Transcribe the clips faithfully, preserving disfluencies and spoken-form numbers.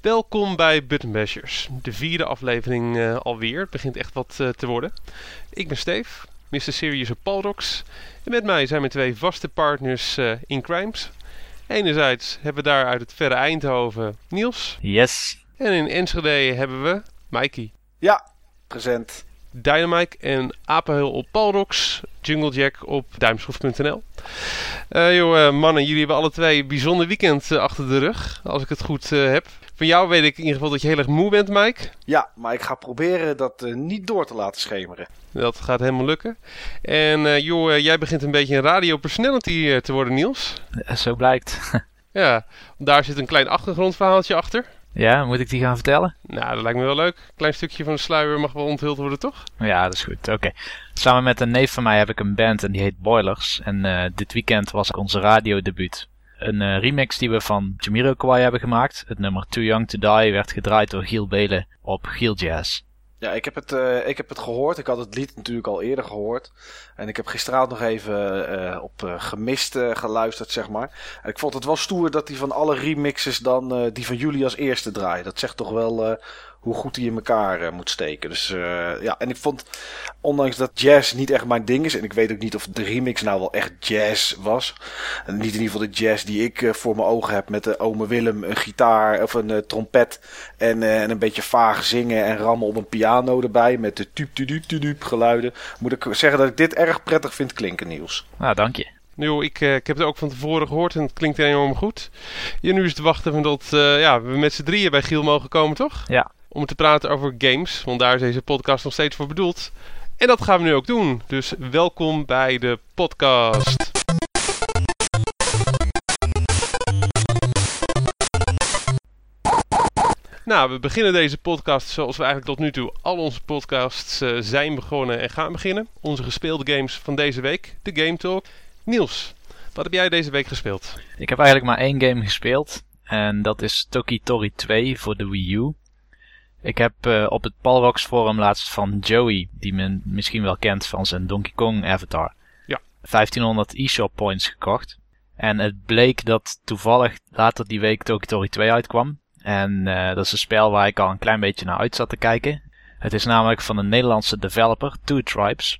Welkom bij Button Bashers, de vierde aflevering uh, alweer. Het begint echt wat uh, te worden. Ik ben Steve, mister Serious op Palrox. En met mij zijn mijn twee vaste partners uh, in Crimes. Enerzijds hebben we daar uit het verre Eindhoven Niels. Yes. En in Enschede hebben we Mikey. Ja, present. Dynamite en Apenheul op Palrox, Junglejack op duimschroef punt n l. Uh, joh, uh, mannen, jullie hebben alle twee een bijzonder weekend uh, achter de rug, als ik het goed uh, heb. Van jou weet ik in ieder geval dat je heel erg moe bent, Mike. Ja, maar ik ga proberen dat uh, niet door te laten schemeren. Dat gaat helemaal lukken. En uh, joh, uh, jij begint een beetje een radiopersonality uh, te worden, Niels. Uh, zo blijkt. Ja, daar zit een klein achtergrondverhaaltje achter. Ja, moet ik die gaan vertellen? Nou, dat lijkt me wel leuk. Een klein stukje van de sluier mag wel onthuld worden, toch? Ja, dat is goed. Oké. Okay. Samen met een neef van mij heb ik een band en die heet Boilers. En uh, dit weekend was onze radiodebuut. Een uh, remix die we van Jamiroquai hebben gemaakt. Het nummer Too Young to Die werd gedraaid door Giel Belen op Giel Jazz. Ja, ik heb, het, uh, ik heb het gehoord. Ik had het lied natuurlijk al eerder gehoord. En ik heb gisteravond nog even uh, op uh, gemist uh, geluisterd, zeg maar. En ik vond het wel stoer dat die van alle remixes dan uh, die van jullie als eerste draaien. Dat zegt toch wel uh, hoe goed die in elkaar uh, moet steken. Dus uh, ja, en ik vond, ondanks dat jazz niet echt mijn ding is. En ik weet ook niet of de remix nou wel echt jazz was. En niet in ieder geval de jazz die ik uh, voor mijn ogen heb met de ome Willem, een gitaar of een uh, trompet. En, uh, en een beetje vaag zingen en rammen op een piano erbij. Met de tup tup tup tup geluiden. Moet ik zeggen dat ik dit erg prettig vind klinken, Niels. Nou, dank je. Nou, ik, uh, ik heb het ook van tevoren gehoord en het klinkt enorm goed. Ja, nu is het wachten van dat uh, ja, we met z'n drieën bij Giel mogen komen, toch? Ja. Om te praten over games, want daar is deze podcast nog steeds voor bedoeld. En dat gaan we nu ook doen. Dus welkom bij de podcast. Nou, we beginnen deze podcast zoals we eigenlijk tot nu toe al onze podcasts uh, zijn begonnen en gaan beginnen. Onze gespeelde games van deze week, de Game Talk. Niels, wat heb jij deze week gespeeld? Ik heb eigenlijk maar één game gespeeld. En dat is Tokitori twee voor de Wii U. Ik heb uh, op het Palrox forum laatst van Joey, die men misschien wel kent van zijn Donkey Kong avatar, ja. vijftienhonderd e-shop points gekocht. En het bleek dat toevallig later die week Tokitori twee uitkwam. En uh, dat is een spel waar ik al een klein beetje naar uit zat te kijken. Het is namelijk van een Nederlandse developer, Two Tribes.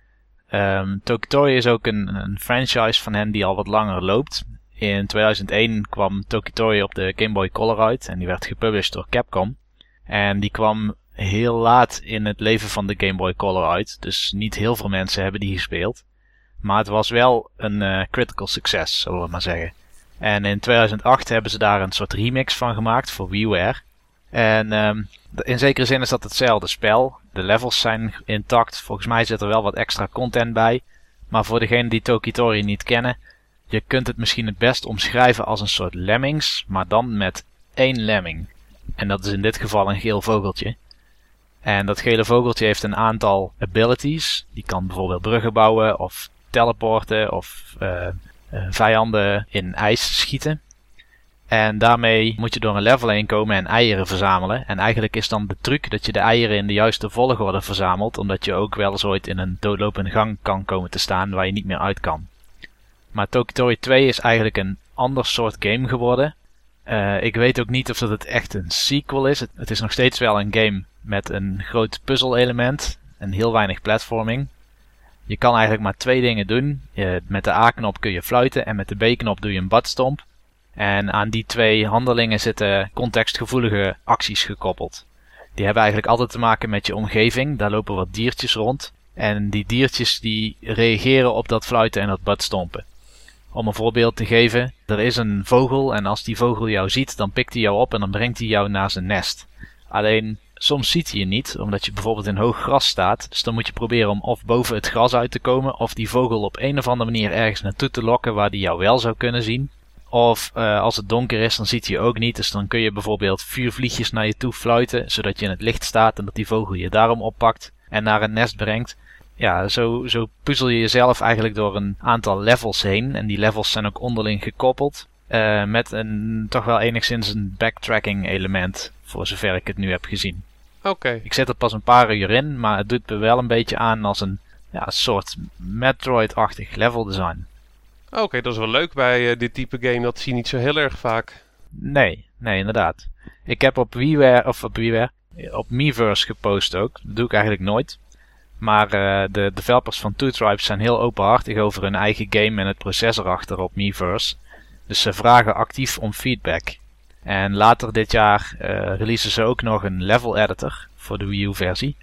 Um, Tokitori is ook een, een franchise van hen die al wat langer loopt. In tweeduizend één kwam Tokitori op de Game Boy Color uit en die werd gepublished door Capcom. En die kwam heel laat in het leven van de Game Boy Color uit, dus niet heel veel mensen hebben die gespeeld. Maar het was wel een uh, critical success, zullen we maar zeggen. En in tweeduizend acht hebben ze daar een soort remix van gemaakt voor WiiWare. En um, in zekere zin is dat hetzelfde spel. De levels zijn intact. Volgens mij zit er wel wat extra content bij. Maar voor degenen die Tokitori niet kennen, je kunt het misschien het best omschrijven als een soort Lemmings, maar dan met één lemming. En dat is in dit geval een geel vogeltje. En dat gele vogeltje heeft een aantal abilities. Die kan bijvoorbeeld bruggen bouwen of teleporten of uh, uh, vijanden in ijs schieten. En daarmee moet je door een level heen komen en eieren verzamelen. En eigenlijk is dan de truc dat je de eieren in de juiste volgorde verzamelt. Omdat je ook wel eens ooit in een doodlopende gang kan komen te staan waar je niet meer uit kan. Maar Tokitori twee is eigenlijk een ander soort game geworden. Uh, ik weet ook niet of dat het echt een sequel is. Het, het is nog steeds wel een game met een groot puzzel-element en heel weinig platforming. Je kan eigenlijk maar twee dingen doen. Je, met de A-knop kun je fluiten en met de B-knop doe je een butstomp. En aan die twee handelingen zitten contextgevoelige acties gekoppeld. Die hebben eigenlijk altijd te maken met je omgeving. Daar lopen wat diertjes rond. En die diertjes die reageren op dat fluiten en dat butstompen. Om een voorbeeld te geven, er is een vogel en als die vogel jou ziet, dan pikt hij jou op en dan brengt hij jou naar zijn nest. Alleen, soms ziet hij je niet, omdat je bijvoorbeeld in hoog gras staat. Dus dan moet je proberen om of boven het gras uit te komen, of die vogel op een of andere manier ergens naartoe te lokken waar die jou wel zou kunnen zien. Of uh, als het donker is, dan ziet hij je ook niet, dus dan kun je bijvoorbeeld vuurvliegjes naar je toe fluiten, zodat je in het licht staat en dat die vogel je daarom oppakt en naar een nest brengt. Ja, zo, zo puzzel je jezelf eigenlijk door een aantal levels heen. En die levels zijn ook onderling gekoppeld. Uh, met een toch wel enigszins een backtracking element. Voor zover ik het nu heb gezien. Oké. Okay. Ik zit er pas een paar uur in. Maar het doet me wel een beetje aan als een ja, soort Metroid-achtig level design. Oké, okay, dat is wel leuk bij uh, dit type game. Dat zie je niet zo heel erg vaak. Nee, nee, inderdaad. Ik heb op WiiWare, of op WiiWare, op Miiverse gepost ook. Dat doe ik eigenlijk nooit. Maar uh, de developers van Two Tribes zijn heel openhartig over hun eigen game en het proces erachter op Miiverse. Dus ze vragen actief om feedback. En later dit jaar uh, releasen ze ook nog een level editor voor de Wii U versie.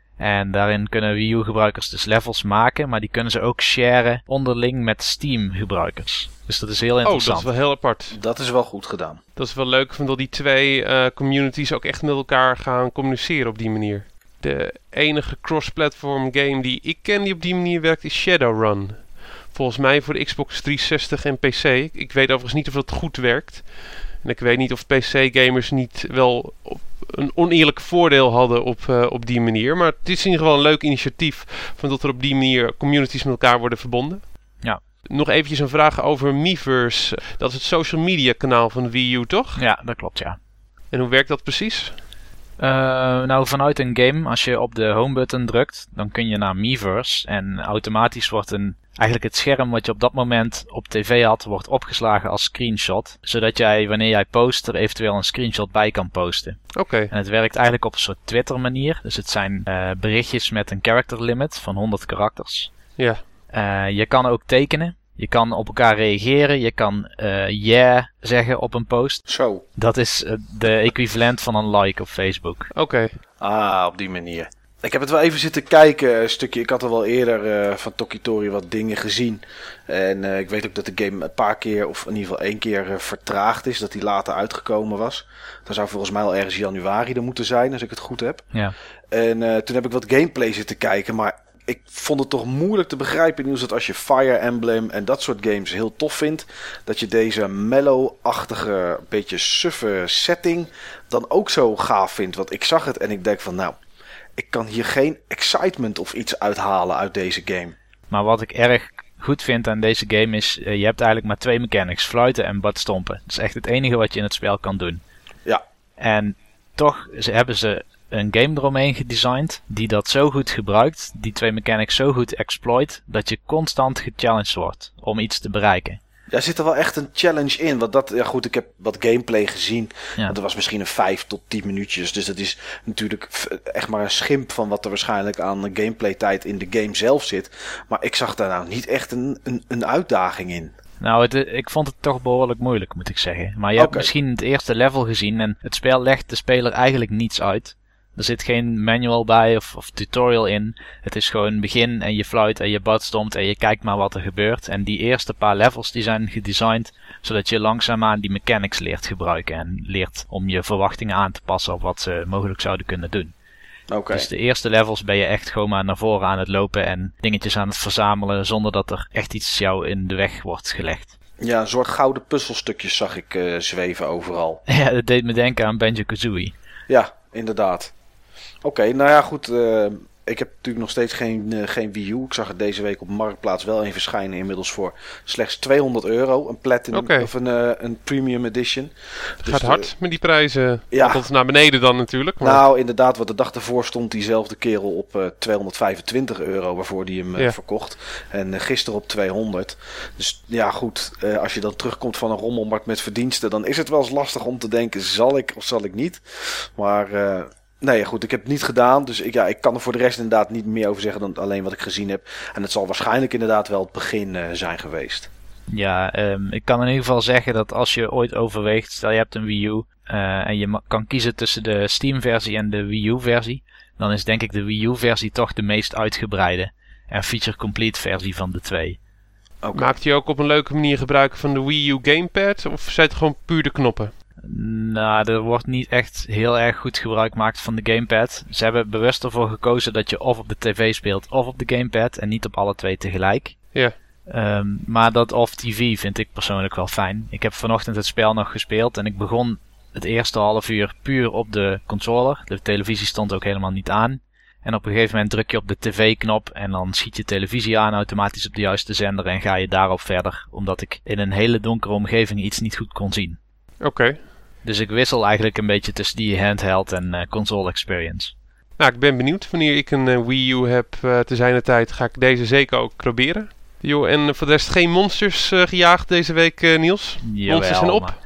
En daarin kunnen Wii U gebruikers dus levels maken, maar die kunnen ze ook sharen onderling met Steam gebruikers. Dus dat is heel interessant. Oh, dat is wel heel apart. Dat is wel goed gedaan. Dat is wel leuk, van dat die twee uh, communities ook echt met elkaar gaan communiceren op die manier. De enige cross-platform game die ik ken die op die manier werkt is Shadowrun. Volgens mij voor de Xbox driehonderdzestig en P C. Ik weet overigens niet of dat goed werkt. En ik weet niet of P C-gamers niet wel op een oneerlijk voordeel hadden op, uh, op die manier. Maar het is in ieder geval een leuk initiatief van dat er op die manier communities met elkaar worden verbonden. Ja. Nog eventjes een vraag over Miiverse. Dat is het social media kanaal van Wii U, toch? Ja, dat klopt, ja. En hoe werkt dat precies? Uh, nou, vanuit een game, als je op de home button drukt, dan kun je naar Miiverse. En automatisch wordt een, eigenlijk het scherm wat je op dat moment op tv had, wordt opgeslagen als screenshot. Zodat jij, wanneer jij post, er eventueel een screenshot bij kan posten. Oké. Okay. En het werkt eigenlijk op een soort Twitter manier. Dus het zijn uh, berichtjes met een character limit van honderd karakters. Ja. Uh, je kan ook tekenen. Je kan op elkaar reageren. Je kan uh, yeah zeggen op een post. Zo. Dat is uh, de equivalent van een like op Facebook. Oké. Okay. Ah, op die manier. Ik heb het wel even zitten kijken, een stukje. Ik had al wel eerder uh, van Tokitori wat dingen gezien. En uh, ik weet ook dat de game een paar keer, of in ieder geval één keer uh, vertraagd is. Dat die later uitgekomen was. Dat zou volgens mij al ergens januari er moeten zijn, als ik het goed heb. Ja. En uh, toen heb ik wat gameplay zitten kijken, maar ik vond het toch moeilijk te begrijpen, Niels, dat als je Fire Emblem en dat soort games heel tof vindt, dat je deze mellow-achtige, beetje suffe setting dan ook zo gaaf vindt. Want ik zag het en ik denk van, nou, ik kan hier geen excitement of iets uithalen uit deze game. Maar wat ik erg goed vind aan deze game is, uh, je hebt eigenlijk maar twee mechanics, fluiten en butstompen. Dat is echt het enige wat je in het spel kan doen. Ja. En toch hebben ze een game eromheen gedesigned die dat zo goed gebruikt, die twee mechanics zo goed exploit, dat je constant gechallenged wordt om iets te bereiken. Daar zit er wel echt een challenge in. Want dat, ja goed, ik heb wat gameplay gezien. Ja. Want er was misschien een vijf tot tien minuutjes. Dus dat is natuurlijk echt maar een schimp van wat er waarschijnlijk aan gameplay tijd in de game zelf zit. Maar ik zag daar nou niet echt een, een, een uitdaging in. Nou, het, ik vond het toch behoorlijk moeilijk, moet ik zeggen. Maar je okay. hebt misschien het eerste level gezien en het spel legt de speler eigenlijk niets uit. Er zit geen manual bij of, of tutorial in. Het is gewoon begin en je fluit en je butstompt en je kijkt maar wat er gebeurt. En die eerste paar levels die zijn gedesigned zodat je langzaamaan die mechanics leert gebruiken. En leert om je verwachtingen aan te passen op wat ze mogelijk zouden kunnen doen. Okay. Dus de eerste levels ben je echt gewoon maar naar voren aan het lopen en dingetjes aan het verzamelen zonder dat er echt iets jou in de weg wordt gelegd. Ja, een soort gouden puzzelstukjes zag ik uh, zweven overal. Ja, dat deed me denken aan Banjo-Kazooie. Ja, inderdaad. Oké, okay, nou ja, goed. Uh, ik heb natuurlijk nog steeds geen, uh, geen Wii U. Ik zag het deze week op Marktplaats wel een verschijnen. Inmiddels voor slechts tweehonderd euro. Een Platinum okay. of een, uh, een Premium Edition. Het dus gaat hard de, met die prijzen. Ja. Tot naar beneden dan natuurlijk. Maar... Nou, inderdaad. Want de dag ervoor stond diezelfde kerel op uh, tweehonderdvijfentwintig euro. Waarvoor hij hem uh, ja. verkocht. En uh, gisteren op tweehonderd. Dus ja, goed. Uh, als je dan terugkomt van een rommelmarkt met verdiensten. Dan is het wel eens lastig om te denken. Zal ik of zal ik niet? Maar... Uh, Nee, goed, ik heb het niet gedaan. Dus ik, ja, ik kan er voor de rest inderdaad niet meer over zeggen dan alleen wat ik gezien heb. En het zal waarschijnlijk inderdaad wel het begin uh, zijn geweest. Ja, um, ik kan in ieder geval zeggen dat als je ooit overweegt, stel je hebt een Wii U uh, en je ma- kan kiezen tussen de Steam-versie en de Wii U-versie, dan is denk ik de Wii U-versie toch de meest uitgebreide en feature-complete versie van de twee. Okay. Maakt hij ook op een leuke manier gebruik van de Wii U Gamepad of zijn het gewoon puur de knoppen? Nou, er wordt niet echt heel erg goed gebruik gemaakt van de gamepad. Ze hebben bewust ervoor gekozen dat je of op de tv speelt of op de gamepad en niet op alle twee tegelijk. Ja. Um, maar dat off-tv vind ik persoonlijk wel fijn. Ik heb vanochtend het spel nog gespeeld en ik begon het eerste half uur puur op de controller. De televisie stond ook helemaal niet aan. En op een gegeven moment druk je op de tv-knop en dan schiet je televisie aan automatisch op de juiste zender en ga je daarop verder. Omdat ik in een hele donkere omgeving iets niet goed kon zien. Oké. Okay. Dus ik wissel eigenlijk een beetje tussen die handheld en uh, console experience. Nou, ik ben benieuwd. Wanneer ik een uh, Wii U heb uh, te zijner tijd, ga ik deze zeker ook proberen. Jo, en voor de rest geen monsters uh, gejaagd deze week, uh, Niels? Jawel, monsters zijn op? Maar,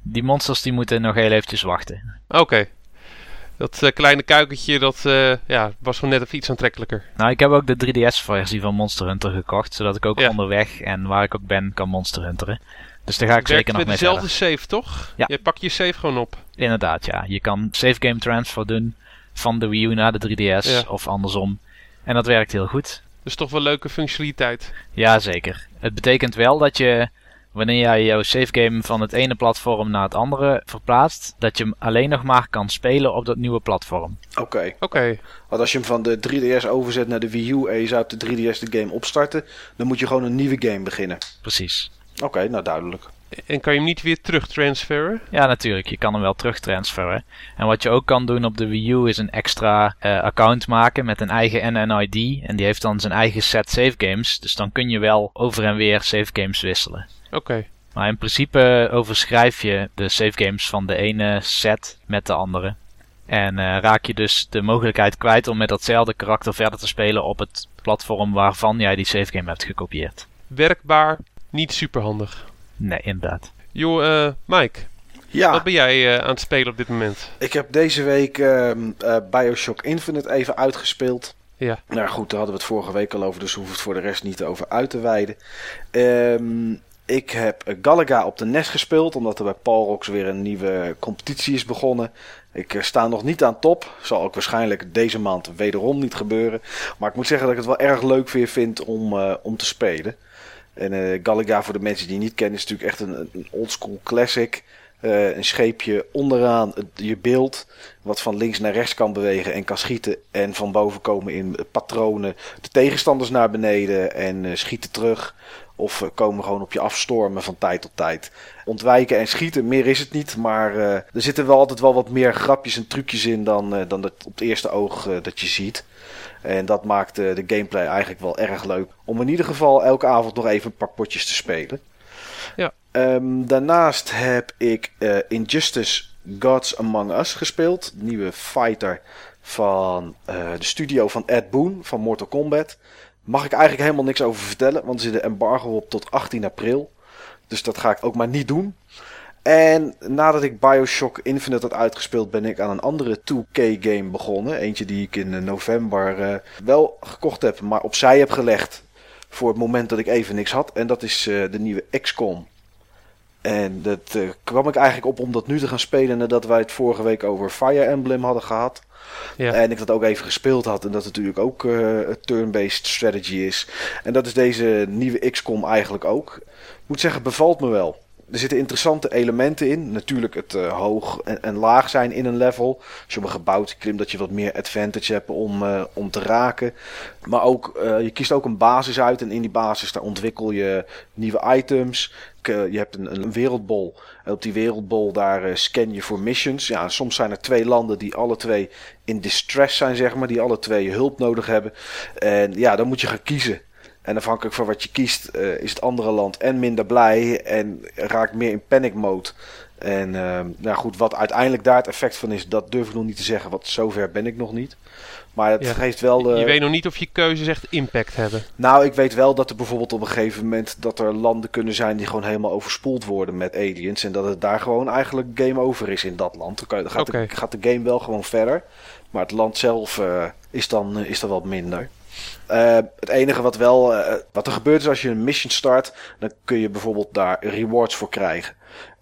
Die monsters die moeten nog heel eventjes wachten. Oké. Okay. Dat uh, kleine kuikentje, dat uh, ja, was gewoon net even iets aantrekkelijker. Nou, ik heb ook de drie D S-versie van Monster Hunter gekocht. Zodat ik ook ja. onderweg en waar ik ook ben kan Monster Hunteren. Dus daar ga ik zeker nog mee verder. met dezelfde save, toch? Ja. Je pakt je save gewoon op. Inderdaad, ja. Je kan save game transfer doen van de Wii U naar de drie D S ja. of andersom. En dat werkt heel goed. Dus toch wel leuke functionaliteit. Ja, zeker. Het betekent wel dat je, wanneer jij jouw save game van het ene platform naar het andere verplaatst, dat je hem alleen nog maar kan spelen op dat nieuwe platform. Oké. Okay. Oké. Okay. Want als je hem van de drie D S overzet naar de Wii U en je zou op de drie D S de game opstarten, dan moet je gewoon een nieuwe game beginnen. Precies. Oké, okay, nou duidelijk. En kan je hem niet weer terug transferen? Ja, natuurlijk. Je kan hem wel terug transferen. En wat je ook kan doen op de Wii U is een extra uh, account maken met een eigen N N I D. En die heeft dan zijn eigen set save games. Dus dan kun je wel over en weer save games wisselen. Oké. Okay. Maar in principe overschrijf je de save games van de ene set met de andere. En uh, raak je dus de mogelijkheid kwijt om met datzelfde karakter verder te spelen op het platform waarvan jij die save game hebt gekopieerd. Werkbaar, niet superhandig. Nee, inderdaad. Joh, uh, Mike. Ja. Wat ben jij uh, aan het spelen op dit moment? Ik heb deze week uh, uh, Bioshock Infinite even uitgespeeld. Ja. Nou goed, daar hadden we het vorige week al over, dus hoef het voor de rest niet over uit te wijden. Um, ik heb uh, Galaga op de N E S gespeeld, omdat er bij Palrox weer een nieuwe competitie is begonnen. Ik uh, sta nog niet aan top. Zal ook waarschijnlijk deze maand wederom niet gebeuren. Maar ik moet zeggen dat ik het wel erg leuk weer vind om, uh, om te spelen. En uh, Galaga, voor de mensen die het niet kennen, is natuurlijk echt een, een oldschool classic. Uh, een scheepje onderaan het, je beeld, wat van links naar rechts kan bewegen en kan schieten. En van boven komen in patronen de tegenstanders naar beneden en uh, schieten terug. Of uh, komen gewoon op je afstormen van tijd tot tijd. Ontwijken en schieten, meer is het niet. Maar uh, er zitten wel altijd wel wat meer grapjes en trucjes in dan, uh, dan dat op het eerste oog uh, dat je ziet. En dat maakt uh, de gameplay eigenlijk wel erg leuk. Om in ieder geval elke avond nog even een paar potjes te spelen. Ja. Um, daarnaast heb ik uh, Injustice Gods Among Us gespeeld. De nieuwe fighter van uh, de studio van Ed Boon van Mortal Kombat. Mag ik eigenlijk helemaal niks over vertellen, want er zit een embargo op tot achttien april. Dus dat ga ik ook maar niet doen. En nadat ik Bioshock Infinite had uitgespeeld, ben ik aan een andere twee K game begonnen. Eentje die ik in november uh, wel gekocht heb, maar opzij heb gelegd voor het moment dat ik even niks had. En dat is uh, de nieuwe X COM. En dat uh, kwam ik eigenlijk op om dat nu te gaan spelen nadat wij het vorige week over Fire Emblem hadden gehad. Ja. En ik dat ook even gespeeld had en dat het natuurlijk ook uh, een turn-based strategy is. En dat is deze nieuwe X COM eigenlijk ook. Ik moet zeggen, bevalt me wel. Er zitten interessante elementen in. Natuurlijk het uh, hoog en, en laag zijn in een level. Als je op een gebouwd klimt, dat je wat meer advantage hebt om, uh, om te raken. Maar ook, uh, je kiest ook een basis uit. En in die basis daar ontwikkel je nieuwe items. Uh, je hebt een, een wereldbol. En op die wereldbol daar uh, scan je voor missions. Ja, soms zijn er twee landen die alle twee in distress zijn, zeg maar. Die alle twee hulp nodig hebben. En ja, dan moet je gaan kiezen. En afhankelijk van wat je kiest, uh, is het andere land en minder blij en raakt meer in panic mode. En uh, nou goed, wat uiteindelijk daar het effect van is, dat durf ik nog niet te zeggen, want zover ben ik nog niet. Maar het ja. geeft wel... De... Je weet nog niet of je keuzes echt impact hebben. Nou, ik weet wel dat er bijvoorbeeld op een gegeven moment dat er landen kunnen zijn die gewoon helemaal overspoeld worden met aliens. En dat het daar gewoon eigenlijk game over is in dat land. Dan, kan je, dan gaat, okay. de, gaat de game wel gewoon verder. Maar het land zelf uh, is, dan, uh, is dan wat minder. Uh, het enige wat wel uh, wat er gebeurt is als je een mission start, dan kun je bijvoorbeeld daar rewards voor krijgen.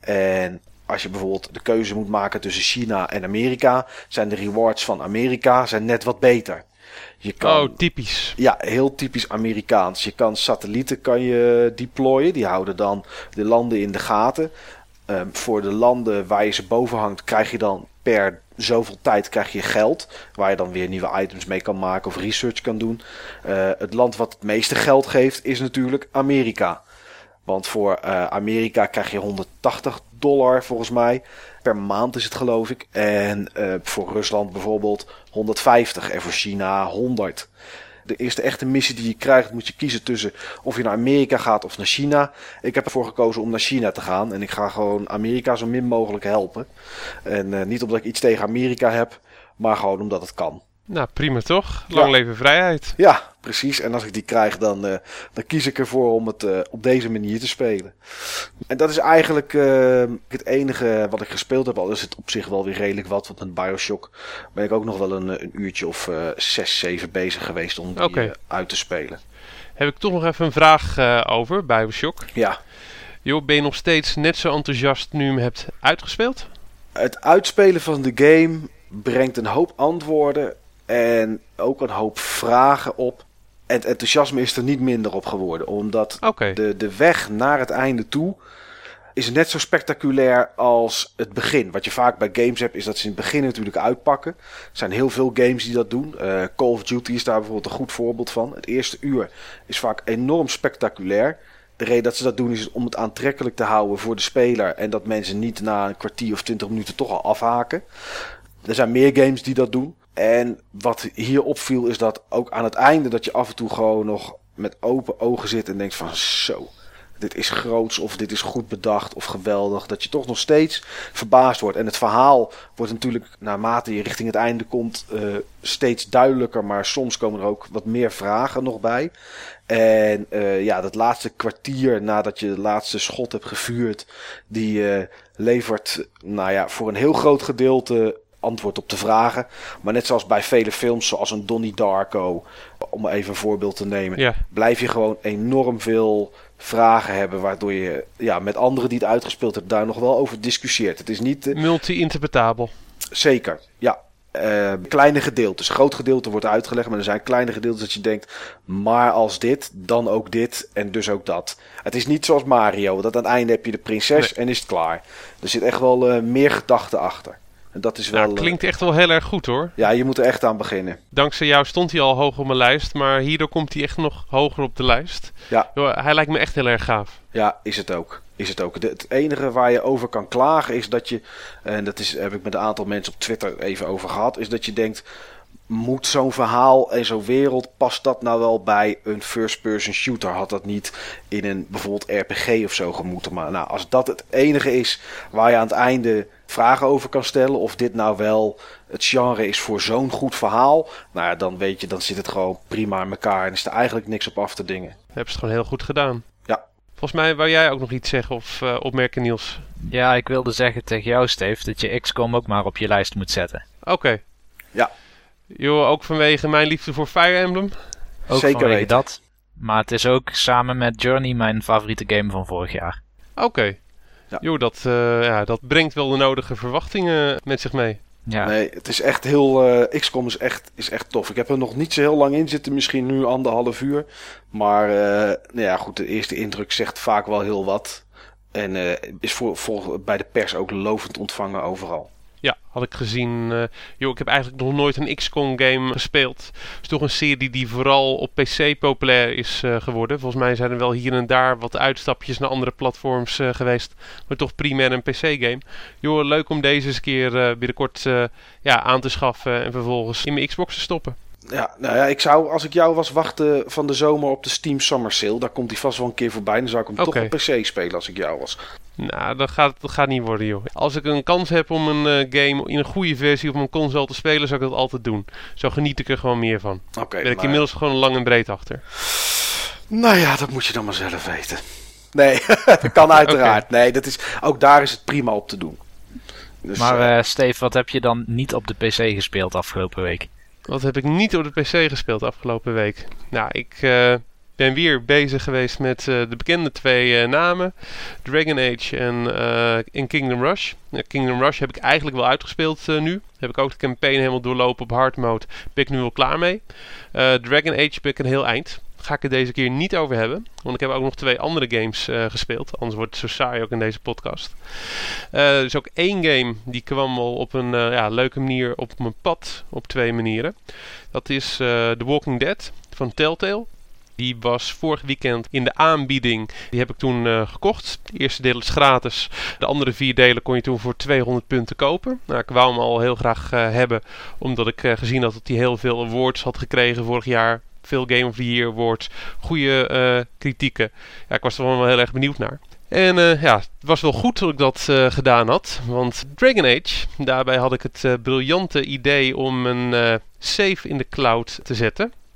En als je bijvoorbeeld de keuze moet maken tussen China en Amerika, zijn de rewards van Amerika zijn net wat beter. Je kan, oh, typisch. Ja, heel typisch Amerikaans. Je kan satellieten kan je deployen, die houden dan de landen in de gaten. Um, voor de landen waar je ze boven hangt, krijg je dan per zoveel tijd krijg je geld, waar je dan weer nieuwe items mee kan maken of research kan doen. Uh, het land wat het meeste geld geeft is natuurlijk Amerika. Want voor uh, Amerika krijg je honderdtachtig dollar volgens mij. Per maand is het geloof ik. En uh, voor Rusland bijvoorbeeld honderdvijftig en voor China honderd. De eerste echte missie die je krijgt moet je kiezen tussen of je naar Amerika gaat of naar China. Ik heb ervoor gekozen om naar China te gaan. En ik ga gewoon Amerika zo min mogelijk helpen. En uh, niet omdat ik iets tegen Amerika heb, maar gewoon omdat het kan. Nou, prima toch? Lang ja. leven vrijheid. Ja, precies. En als ik die krijg, dan, uh, dan kies ik ervoor om het uh, op deze manier te spelen. En dat is eigenlijk uh, het enige wat ik gespeeld heb. Al is het op zich wel weer redelijk wat. Want met Bioshock ben ik ook nog wel een, een uurtje of uh, zes, zeven bezig geweest om die okay. uh, uit te spelen. Heb ik toch nog even een vraag uh, over Bioshock. Ja. Jo, ben je nog steeds net zo enthousiast nu je hem hebt uitgespeeld? Het uitspelen van de game brengt een hoop antwoorden en ook een hoop vragen op. En het enthousiasme is er niet minder op geworden. Omdat okay. de, de weg naar het einde toe is net zo spectaculair als het begin. Wat je vaak bij games hebt is dat ze in het begin natuurlijk uitpakken. Er zijn heel veel games die dat doen. Uh, Call of Duty is daar bijvoorbeeld een goed voorbeeld van. Het eerste uur is vaak enorm spectaculair. De reden dat ze dat doen is om het aantrekkelijk te houden voor de speler. En dat mensen niet na een kwartier of twintig minuten toch al afhaken. Er zijn meer games die dat doen. En wat hier opviel is dat ook aan het einde dat je af en toe gewoon nog met open ogen zit en denkt van zo, dit is groots of dit is goed bedacht of geweldig. Dat je toch nog steeds verbaasd wordt. En het verhaal wordt natuurlijk naarmate je richting het einde komt uh, steeds duidelijker. Maar soms komen er ook wat meer vragen nog bij. En uh, ja, dat laatste kwartier nadat je de laatste schot hebt gevuurd, die uh, levert nou ja, voor een heel groot gedeelte antwoord op de vragen. Maar net zoals bij vele films, zoals een Donnie Darko, om even een voorbeeld te nemen, ja. blijf je gewoon enorm veel vragen hebben, waardoor je ja, met anderen die het uitgespeeld hebben, daar nog wel over discussieert. Het is niet uh, multi-interpretabel. Zeker, ja. Uh, kleine gedeeltes. Groot gedeelte wordt uitgelegd, maar er zijn kleine gedeeltes dat je denkt, maar als dit, dan ook dit en dus ook dat. Het is niet zoals Mario, dat aan het einde heb je de prinses nee. en is het klaar. Er zit echt wel uh, meer gedachte achter. En dat is wel, nou, klinkt echt wel heel erg goed hoor. Ja, je moet er echt aan beginnen. Dankzij jou stond hij al hoog op mijn lijst, maar hierdoor komt hij echt nog hoger op de lijst. Ja. Yo, hij lijkt me echt heel erg gaaf. Ja, is het ook. Is het ook. De, het enige waar je over kan klagen is dat je, en dat is, heb ik met een aantal mensen op Twitter even over gehad, is dat je denkt, moet zo'n verhaal en zo'n wereld, past dat nou wel bij een first-person shooter? Had dat niet in een bijvoorbeeld R P G of zo gemoeten? Maar nou, als dat het enige is waar je aan het einde vragen over kan stellen, of dit nou wel het genre is voor zo'n goed verhaal, nou ja, dan weet je, dan zit het gewoon prima in elkaar en is er eigenlijk niks op af te dingen. Hebben ze het gewoon heel goed gedaan. Ja. Volgens mij wou jij ook nog iets zeggen of uh, opmerken, Niels? Ja, ik wilde zeggen tegen jou, Steve, dat je X COM ook maar op je lijst moet zetten. Oké. Okay. Ja. Jo, ook vanwege mijn liefde voor Fire Emblem? Ook Zeker vanwege weten. dat. Maar het is ook samen met Journey mijn favoriete game van vorig jaar. Oké. Okay. Ja. Jo, dat, uh, ja, dat brengt wel de nodige verwachtingen met zich mee. Ja. Nee, het is echt heel... Uh, X COM is echt, is echt tof. Ik heb er nog niet zo heel lang in zitten. Misschien nu anderhalf uur. Maar uh, nou ja, goed, de eerste indruk zegt vaak wel heel wat. En uh, is voor, voor, bij de pers ook lovend ontvangen overal. Ja, had ik gezien. Uh, joh, ik heb eigenlijk nog nooit een X COM game gespeeld. Het is toch een serie die vooral op P C populair is uh, geworden. Volgens mij zijn er wel hier en daar wat uitstapjes naar andere platforms uh, geweest. Maar toch primair een P C game. Joh, leuk om deze eens een keer uh, binnenkort uh, ja, aan te schaffen en vervolgens in mijn Xbox te stoppen. Ja, nou ja, ik zou, als ik jou was, wachten van de zomer op de Steam Summer Sale. Daar komt hij vast wel een keer voorbij. Dan zou ik hem okay. toch op P C spelen als ik jou was. Nou, dat gaat, dat gaat niet worden, joh. Als ik een kans heb om een uh, game in een goede versie op mijn console te spelen, zou ik dat altijd doen. Zo geniet ik er gewoon meer van. Oké. Okay, ben ik maar... inmiddels gewoon lang en breed achter. Nou ja, dat moet je dan maar zelf weten. Nee, dat kan uiteraard. Okay. Nee, dat is, ook daar is het prima op te doen. Dus, maar uh, Steve, wat heb je dan niet op de P C gespeeld afgelopen week? Wat heb ik niet op de P C gespeeld afgelopen week? Nou, ik uh, ben weer bezig geweest met uh, de bekende twee uh, namen. Dragon Age en, uh, en Kingdom Rush. Uh, Kingdom Rush heb ik eigenlijk wel uitgespeeld uh, nu. Heb ik ook de campaign helemaal doorlopen op hard mode. Ben ik nu wel klaar mee. Uh, Dragon Age ben ik een heel eind. Daar ga ik het deze keer niet over hebben. Want ik heb ook nog twee andere games uh, gespeeld. Anders wordt het zo saai ook in deze podcast. Uh, er is ook één game die kwam al op een uh, ja, leuke manier op mijn pad. Op twee manieren. Dat is uh, The Walking Dead van Telltale. Die was vorig weekend in de aanbieding. Die heb ik toen uh, gekocht. De eerste deel is gratis. De andere vier delen kon je toen voor tweehonderd punten kopen. Nou, ik wou hem al heel graag uh, hebben. Omdat ik uh, gezien had dat hij heel veel awards had gekregen vorig jaar. Veel Game of the Year awards. Goede uh, kritieken. Ja, ik was er wel heel erg benieuwd naar. En uh, ja, het was wel goed dat ik dat uh, gedaan had. Want Dragon Age, daarbij had ik het uh, briljante idee om een uh, save in de cloud te zetten.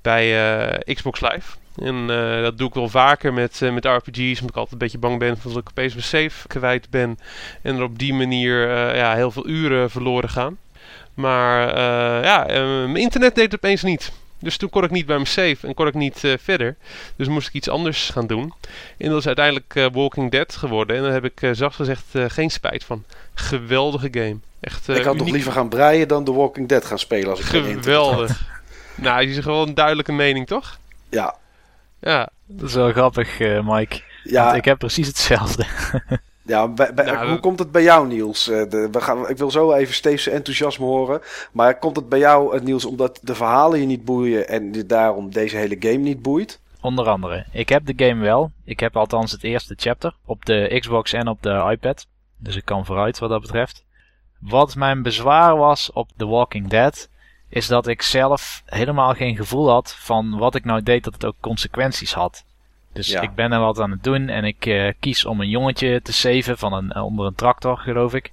bij uh, Xbox Live. En uh, dat doe ik wel vaker met, uh, met R P G's, omdat ik altijd een beetje bang ben dat ik opeens mijn save kwijt ben. En er op die manier uh, ja, heel veel uren verloren gaan. Maar uh, ja, uh, mijn internet deed het opeens niet. Dus toen kon ik niet bij mijn save en kon ik niet uh, verder. Dus moest ik iets anders gaan doen. En dat is uiteindelijk uh, Walking Dead geworden. En daar heb ik uh, zacht gezegd uh, geen spijt van. Geweldige game. Echt, uh, ik had nog liever gaan breien dan The Walking Dead gaan spelen als ik geweldig. Nou, je is gewoon een duidelijke mening, toch? Ja. Ja. Dat is wel grappig, uh, Mike. Ja. Want ik heb precies hetzelfde. Ja, bij, bij, nou, hoe we... komt het bij jou, Niels? Uh, de, we gaan, ik wil zo even Steve's enthousiasme horen. Maar komt het bij jou, uh, Niels, omdat de verhalen je niet boeien en je daarom deze hele game niet boeit? Onder andere. Ik heb de game wel. Ik heb althans het eerste chapter op de Xbox en op de iPad. Dus ik kan vooruit wat dat betreft. Wat mijn bezwaar was op The Walking Dead, is dat ik zelf helemaal geen gevoel had van wat ik nou deed, dat het ook consequenties had. Dus ja. Ik ben er wat aan het doen en ik uh, kies om een jongetje te saven van een, onder een tractor, geloof ik.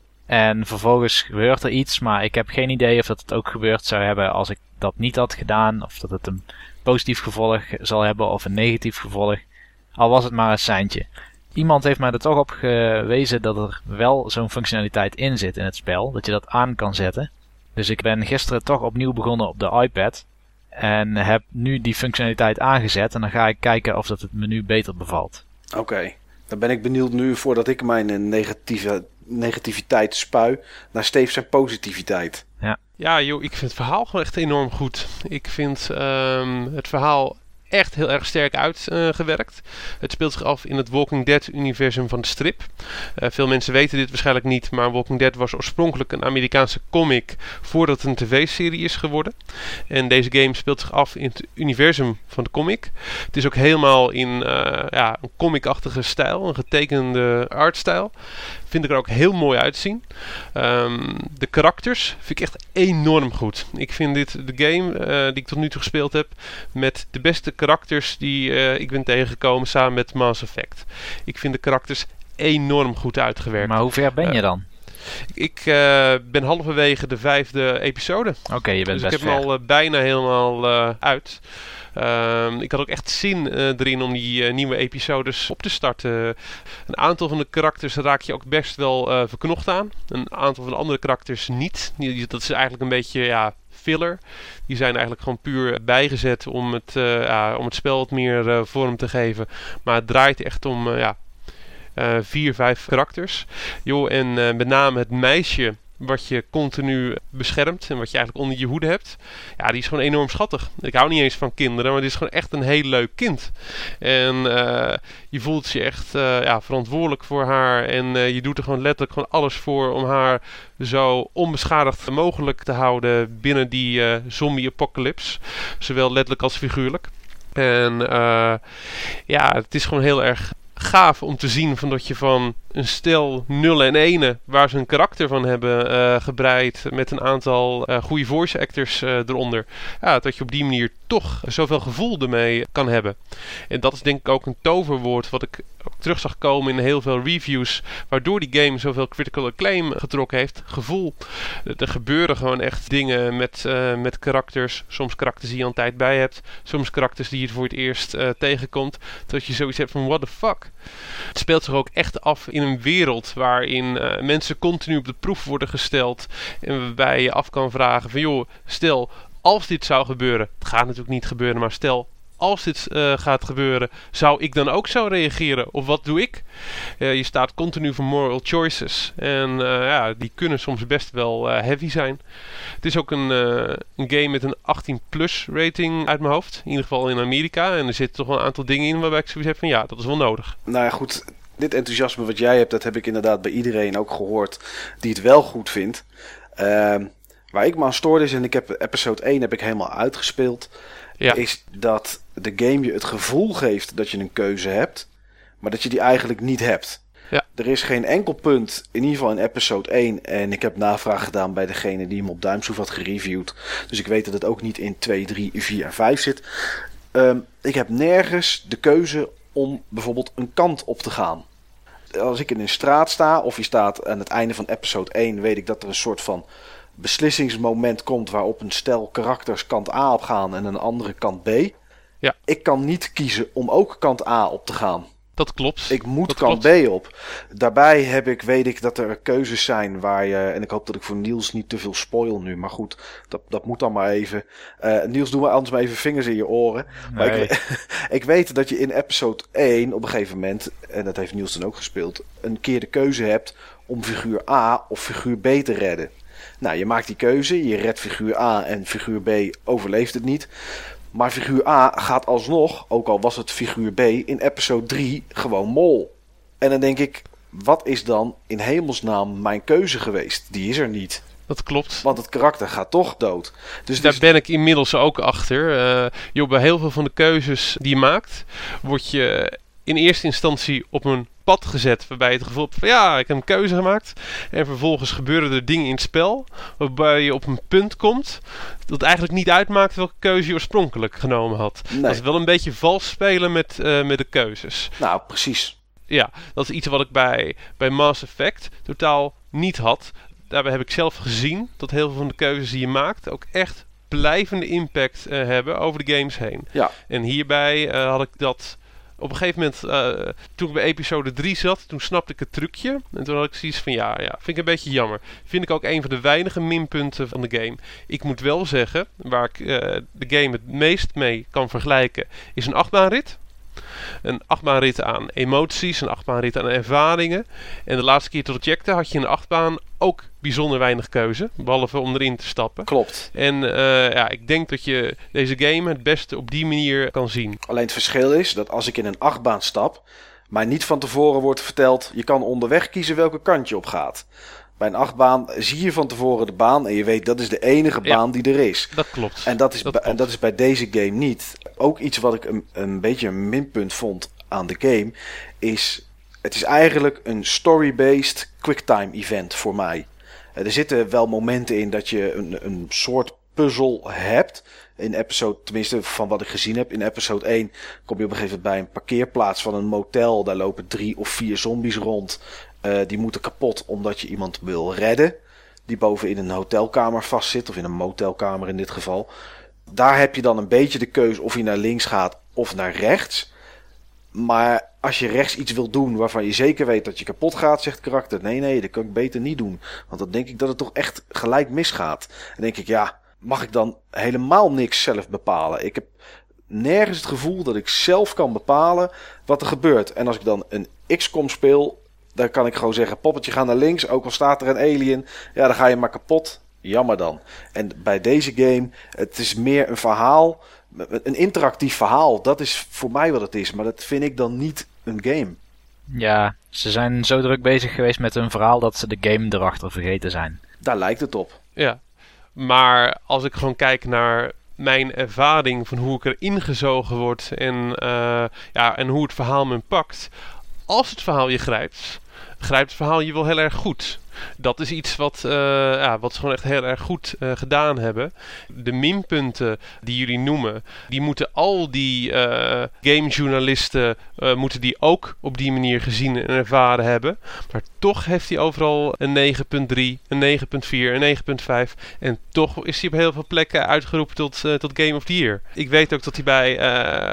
En vervolgens gebeurt er iets, maar ik heb geen idee of dat het ook gebeurd zou hebben als ik dat niet had gedaan. Of dat het een positief gevolg zal hebben of een negatief gevolg. Al was het maar een seintje. Iemand heeft mij er toch op gewezen dat er wel zo'n functionaliteit in zit in het spel. Dat je dat aan kan zetten. Dus ik ben gisteren toch opnieuw begonnen op de iPad. En heb nu die functionaliteit aangezet. En dan ga ik kijken of dat het menu beter bevalt. Oké, okay. Dan ben ik benieuwd nu voordat ik mijn negatieve, negativiteit spui naar Steve zijn positiviteit. Ja. Ja joh, ik vind het verhaal gewoon echt enorm goed. Ik vind um, het verhaal echt heel erg sterk uitgewerkt. Uh, het speelt zich af in het Walking Dead-universum van de strip. Uh, veel mensen weten dit waarschijnlijk niet, maar Walking Dead was oorspronkelijk een Amerikaanse comic voordat het een tv-serie is geworden. En deze game speelt zich af in het universum van de comic. Het is ook helemaal in uh, ja, een comic-achtige stijl, een getekende artstijl. Vind ik er ook heel mooi uitzien. Um, de karakters vind ik echt enorm goed. Ik vind dit de game uh, die ik tot nu toe gespeeld heb met de beste karakters die uh, ik ben tegengekomen samen met Mass Effect. Ik vind de karakters enorm goed uitgewerkt. Maar hoe ver ben je uh, dan? Ik uh, ben halverwege de vijfde episode. Oké, okay, je bent dus best ik heb ver. hem al uh, bijna helemaal uh, uit. Um, ik had ook echt zin uh, erin om die uh, nieuwe episodes op te starten. Een aantal van de karakters raak je ook best wel uh, verknocht aan. Een aantal van de andere karakters niet. Die, dat is eigenlijk een beetje ja, filler. Die zijn eigenlijk gewoon puur bijgezet om het, uh, ja, om het spel wat meer uh, vorm te geven. Maar het draait echt om uh, ja, uh, vier, vijf karakters. Jo, en uh, met name het meisje wat je continu beschermt en wat je eigenlijk onder je hoede hebt. Ja, die is gewoon enorm schattig. Ik hou niet eens van kinderen, maar dit is gewoon echt een heel leuk kind. En uh, je voelt je echt uh, ja, verantwoordelijk voor haar. En uh, je doet er gewoon letterlijk gewoon alles voor om haar zo onbeschadigd mogelijk te houden binnen die uh, zombie-apocalypse. Zowel letterlijk als figuurlijk. En uh, ja, het is gewoon heel erg gaaf om te zien van dat je van een stel nullen en enen waar ze een karakter van hebben uh, gebreid met een aantal uh, goede voice actors uh, eronder. Ja, dat je op die manier toch zoveel gevoel ermee kan hebben. En dat is denk ik ook een toverwoord wat ik ook terug zag komen in heel veel reviews, waardoor die game zoveel critical acclaim getrokken heeft. Gevoel. Er gebeuren gewoon echt dingen met, uh, met karakters. Soms karakters die je al een tijd bij hebt. Soms karakters die je voor het eerst uh, tegenkomt. Dat je zoiets hebt van what the fuck. Het speelt zich ook echt af in een wereld waarin uh, mensen continu op de proef worden gesteld. En waarbij je af kan vragen van joh, stel als dit zou gebeuren. Het gaat natuurlijk niet gebeuren, maar stel als dit uh, gaat gebeuren, zou ik dan ook zo reageren? Of wat doe ik? Uh, je staat continu voor moral choices. En uh, ja, die kunnen soms best wel uh, heavy zijn. Het is ook een, uh, een game met een achttien plus rating uit mijn hoofd. In ieder geval in Amerika. En er zitten toch wel een aantal dingen in waarbij ik zoiets heb van ja, dat is wel nodig. Nou ja, goed. Dit enthousiasme wat jij hebt, dat heb ik inderdaad bij iedereen ook gehoord die het wel goed vindt. Uh, waar ik me aan stoorde is, en ik heb episode één heb ik helemaal uitgespeeld, ja. Is dat de game je het gevoel geeft dat je een keuze hebt, maar dat je die eigenlijk niet hebt. Ja. Er is geen enkel punt, in ieder geval in episode één, en ik heb navraag gedaan bij degene die hem op Duimschroef had gereviewd, dus ik weet dat het ook niet in twee, drie, vier en vijf zit. Um, ik heb nergens de keuze om bijvoorbeeld een kant op te gaan. Als ik in een straat sta, of je staat aan het einde van episode één, weet ik dat er een soort van beslissingsmoment komt waarop een stel karakters kant A op gaan en een andere kant B. Ja. Ik kan niet kiezen om ook kant A op te gaan. Dat klopt. Ik moet dat kant klopt. B op. Daarbij heb ik, weet ik dat er keuzes zijn waar je... En ik hoop dat ik voor Niels niet te veel spoil nu. Maar goed, dat, dat moet dan maar even. Uh, Niels, doe maar anders maar even vingers in je oren. Nee. Maar ik, ik weet dat je in episode één op een gegeven moment... En dat heeft Niels dan ook gespeeld... Een keer de keuze hebt om figuur A of figuur B te redden. Nou, je maakt die keuze. Je redt figuur A en figuur B overleeft het niet. Maar figuur A gaat alsnog, ook al was het figuur B, in episode drie gewoon mol. En dan denk ik, wat is dan in hemelsnaam mijn keuze geweest? Die is er niet. Dat klopt. Want het karakter gaat toch dood. Dus Daar dus... ben ik inmiddels ook achter. Uh, joh, bij heel veel van de keuzes die je maakt, word je in eerste instantie op een pad gezet waarbij je het gevoel hebt van ja, ik heb een keuze gemaakt. En vervolgens gebeuren er dingen in het spel waarbij je op een punt komt dat eigenlijk niet uitmaakt welke keuze je oorspronkelijk genomen had. Nee. Dat is wel een beetje vals spelen met, uh, met de keuzes. Nou, precies. Ja, dat is iets wat ik bij, bij Mass Effect totaal niet had. Daarbij heb ik zelf gezien dat heel veel van de keuzes die je maakt ook echt blijvende impact uh, hebben over de games heen. Ja. En hierbij uh, had ik dat op een gegeven moment, uh, toen ik bij episode drie zat, toen snapte ik het trucje. En toen had ik zoiets van, ja, ja, vind ik een beetje jammer. Vind ik ook een van de weinige minpunten van de game. Ik moet wel zeggen, waar ik uh, de game het meest mee kan vergelijken, is een achtbaanrit. Een achtbaanrit aan emoties, een achtbaanrit aan ervaringen. En de laatste keer tot ik checkte, had je in de achtbaan ook bijzonder weinig keuze. Behalve om erin te stappen. Klopt. En uh, ja, ik denk dat je deze game het beste op die manier kan zien. Alleen het verschil is dat als ik in een achtbaan stap, maar niet van tevoren wordt verteld, je kan onderweg kiezen welke kant je op gaat. Bij een achtbaan zie je van tevoren de baan en je weet dat is de enige baan ja, die er is. Dat klopt. En dat is, dat bij, klopt. En dat is bij deze game niet. Ook iets wat ik een, een beetje een minpunt vond aan de game is, het is eigenlijk een story-based quicktime event voor mij. Er zitten wel momenten in dat je een, een soort puzzel hebt. In episode, tenminste van wat ik gezien heb, in episode één kom je op een gegeven moment bij een parkeerplaats van een motel. Daar lopen drie of vier zombies rond. Uh, die moeten kapot omdat je iemand wil redden. Die boven in een hotelkamer vastzit, of in een motelkamer in dit geval. Daar heb je dan een beetje de keuze of je naar links gaat of naar rechts. Maar als je rechts iets wil doen waarvan je zeker weet dat je kapot gaat, zegt het karakter, nee, nee, dat kan ik beter niet doen. Want dan denk ik dat het toch echt gelijk misgaat. En denk ik, ja, mag ik dan helemaal niks zelf bepalen? Ik heb nergens het gevoel dat ik zelf kan bepalen wat er gebeurt. En als ik dan een X COM speel, dan kan ik gewoon zeggen, poppetje, ga naar links, ook al staat er een alien. Ja, dan ga je maar kapot. Jammer dan. En bij deze game, het is meer een verhaal, een interactief verhaal. Dat is voor mij wat het is, maar dat vind ik dan niet een game. Ja, ze zijn zo druk bezig geweest met hun verhaal dat ze de game erachter vergeten zijn. Daar lijkt het op. Ja, maar als ik gewoon kijk naar mijn ervaring van hoe ik er ingezogen word en, uh, ja, en hoe het verhaal me pakt. Als het verhaal je grijpt, grijpt het verhaal je wel heel erg goed. Dat is iets wat, uh, ja, wat ze gewoon echt heel erg goed uh, gedaan hebben. De minpunten die jullie noemen, die moeten al die uh, gamejournalisten uh, moeten die ook op die manier gezien en ervaren hebben. Maar toch heeft hij overal een negen punt drie, een negen punt vier, een negen punt vijf. En toch is hij op heel veel plekken uitgeroepen tot, uh, tot Game of the Year. Ik weet ook dat hij bij Uh,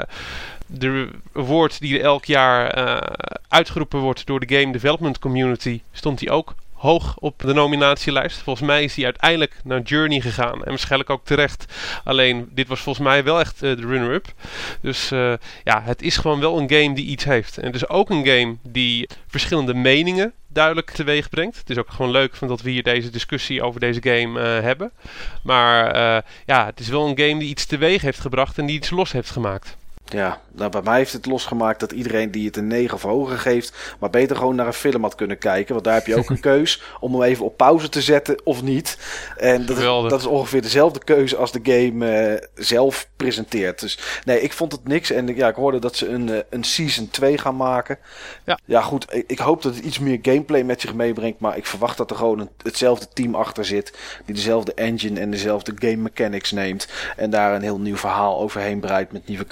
de award die er elk jaar uh, uitgeroepen wordt door de Game Development Community, stond hij ook hoog op de nominatielijst. Volgens mij is hij uiteindelijk naar Journey gegaan. En waarschijnlijk ook terecht. Alleen, dit was volgens mij wel echt uh, de runner-up. Dus uh, ja, het is gewoon wel een game die iets heeft. En het is ook een game die verschillende meningen duidelijk teweeg brengt. Het is ook gewoon leuk dat we hier deze discussie over deze game uh, hebben. Maar uh, ja, het is wel een game die iets teweeg heeft gebracht en die iets los heeft gemaakt. Ja, nou bij mij heeft het losgemaakt dat iedereen die het een negen of hoger geeft, maar beter gewoon naar een film had kunnen kijken. Want daar heb je ook een keus om hem even op pauze te zetten of niet. En dat is, dat is ongeveer dezelfde keuze als de game uh, zelf presenteert. Dus nee, ik vond het niks. En ja, ik hoorde dat ze een, uh, een season twee gaan maken. Ja, ja goed, ik, ik hoop dat het iets meer gameplay met zich meebrengt. Maar ik verwacht dat er gewoon een, hetzelfde team achter zit. Die dezelfde engine en dezelfde game mechanics neemt. En daar een heel nieuw verhaal overheen breidt met nieuwe karakters.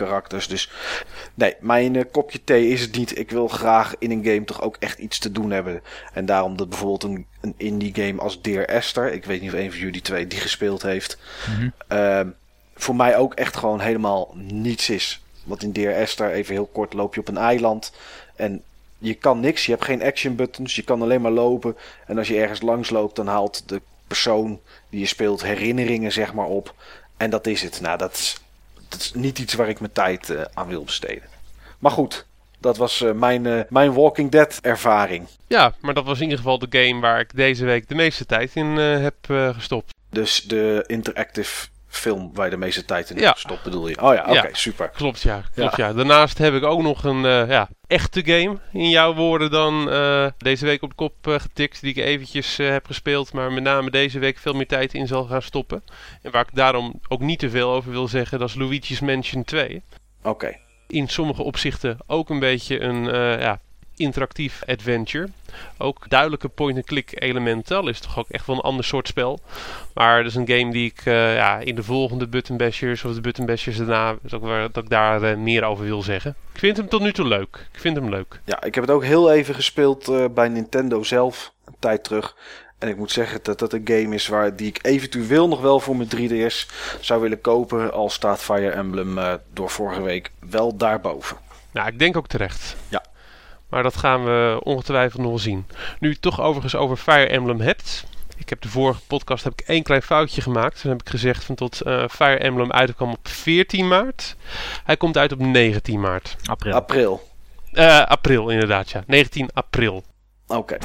gamers. Dus nee, mijn uh, kopje thee is het niet. Ik wil graag in een game toch ook echt iets te doen hebben. En daarom dat bijvoorbeeld een, een indie game als Dear Esther. Ik weet niet of een van jullie twee die gespeeld heeft. Mm-hmm. Uh, voor mij ook echt gewoon helemaal niets is. Want in Dear Esther, even heel kort, loop je op een eiland. En je kan niks. Je hebt geen action buttons. Je kan alleen maar lopen. En als je ergens langs loopt, dan haalt de persoon die je speelt herinneringen zeg maar op. En dat is het. Nou, dat is, dat is niet iets waar ik mijn tijd uh, aan wil besteden. Maar goed, dat was uh, mijn, uh, mijn Walking Dead ervaring. Ja, maar dat was in ieder geval de game waar ik deze week de meeste tijd in uh, heb uh, gestopt. Dus de interactive film waar je de meeste tijd in ja. hebt gestopt, bedoel je? Oh ja, oké, okay, ja. super. Klopt, ja. Klopt, ja. ja. Daarnaast heb ik ook nog een uh, ja, echte game, in jouw woorden dan, uh, deze week op de kop uh, getikt, die ik eventjes uh, heb gespeeld, maar met name deze week veel meer tijd in zal gaan stoppen. En waar ik daarom ook niet te veel over wil zeggen, dat is Luigi's Mansion twee. Oké. Okay. In sommige opzichten ook een beetje een uh, ja, interactief adventure. Ook duidelijke point-and-click elementen. Al is het toch ook echt wel een ander soort spel. Maar dat is een game die ik uh, ja, in de volgende Button Bashers of de Button Bashers daarna is ook waar, dat ik daar uh, meer over wil zeggen. Ik vind hem tot nu toe leuk. Ik vind hem leuk. Ja, ik heb het ook heel even gespeeld uh, bij Nintendo zelf. Een tijd terug. En ik moet zeggen dat dat een game is waar die ik eventueel nog wel voor mijn drie D S zou willen kopen. Al staat Fire Emblem uh, door vorige week wel daarboven. Nou, ik denk ook terecht. Ja. Maar dat gaan we ongetwijfeld nog wel zien. Nu je het toch overigens over Fire Emblem hebt. Ik heb de vorige podcast heb ik één klein foutje gemaakt. Toen heb ik gezegd van tot uh, Fire Emblem uitkwam op veertien maart. Hij komt uit op negentien maart. April. April. Uh, april inderdaad, ja. negentien april. Oké. Okay.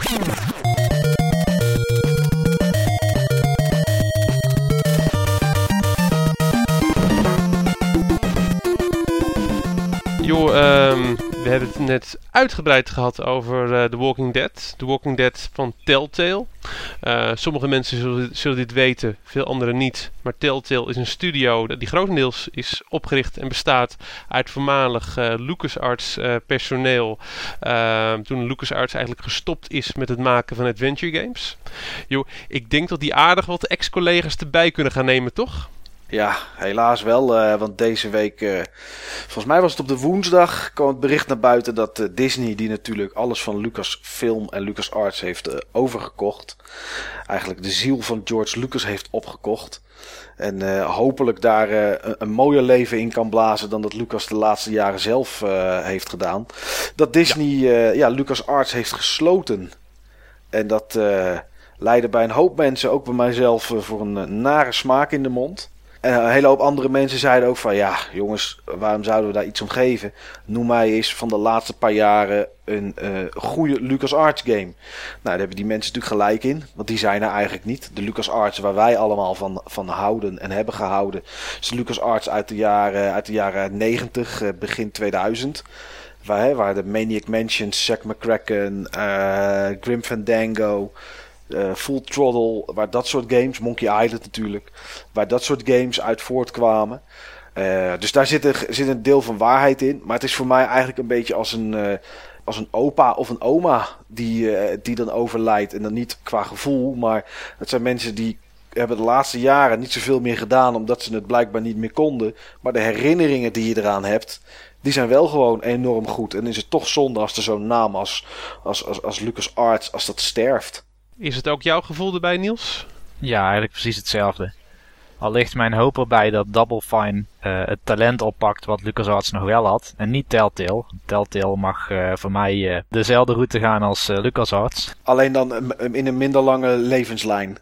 Joh, um, we hebben het net uitgebreid gehad over uh, The Walking Dead. The Walking Dead van Telltale. Uh, sommige mensen zullen, zullen dit weten, veel anderen niet. Maar Telltale is een studio die grotendeels is opgericht en bestaat uit voormalig uh, LucasArts uh, personeel. Uh, toen LucasArts eigenlijk gestopt is met het maken van adventure games. Joh, ik denk dat die aardig wat ex-collega's erbij kunnen gaan nemen, toch? Ja, helaas wel, uh, want deze week, uh, volgens mij was het op de woensdag, kwam het bericht naar buiten dat uh, Disney, die natuurlijk alles van Lucasfilm en LucasArts heeft uh, overgekocht, eigenlijk de ziel van George Lucas heeft opgekocht. En uh, hopelijk daar uh, een, een mooier leven in kan blazen dan dat Lucas de laatste jaren zelf uh, heeft gedaan. Dat Disney uh, ja, LucasArts heeft gesloten. En dat uh, leidde bij een hoop mensen, ook bij mijzelf, uh, voor een uh, nare smaak in de mond. En een hele hoop andere mensen zeiden ook van ja, jongens, waarom zouden we daar iets om geven? Noem mij eens van de laatste paar jaren een uh, goede LucasArts game. Nou, daar hebben die mensen natuurlijk gelijk in, want die zijn er eigenlijk niet. De LucasArts waar wij allemaal van, van houden en hebben gehouden, is de LucasArts uit de jaren, uit de jaren negentig, uh, begin tweeduizend. Waar, hè, waar de Maniac Mansions, Zack McCracken, uh, Grim Fandango... Uh, Full Throttle, waar dat soort games, Monkey Island natuurlijk, waar dat soort games uit voortkwamen. Uh, dus daar zit, er, zit een deel van waarheid in. Maar het is voor mij eigenlijk een beetje als een, uh, als een opa of een oma die, uh, die dan overlijdt. En dan niet qua gevoel, maar het zijn mensen die hebben de laatste jaren niet zoveel meer gedaan omdat ze het blijkbaar niet meer konden. Maar de herinneringen die je eraan hebt, die zijn wel gewoon enorm goed. En is het toch zonde als er zo'n naam als, als, als, als LucasArts, als dat sterft. Is het ook jouw gevoel erbij, Niels? Ja, eigenlijk precies hetzelfde. Al ligt mijn hoop erbij dat Double Fine uh, het talent oppakt wat LucasArts nog wel had. En niet Telltale. Telltale mag uh, voor mij uh, dezelfde route gaan als uh, LucasArts. Alleen dan uh, in een minder lange levenslijn.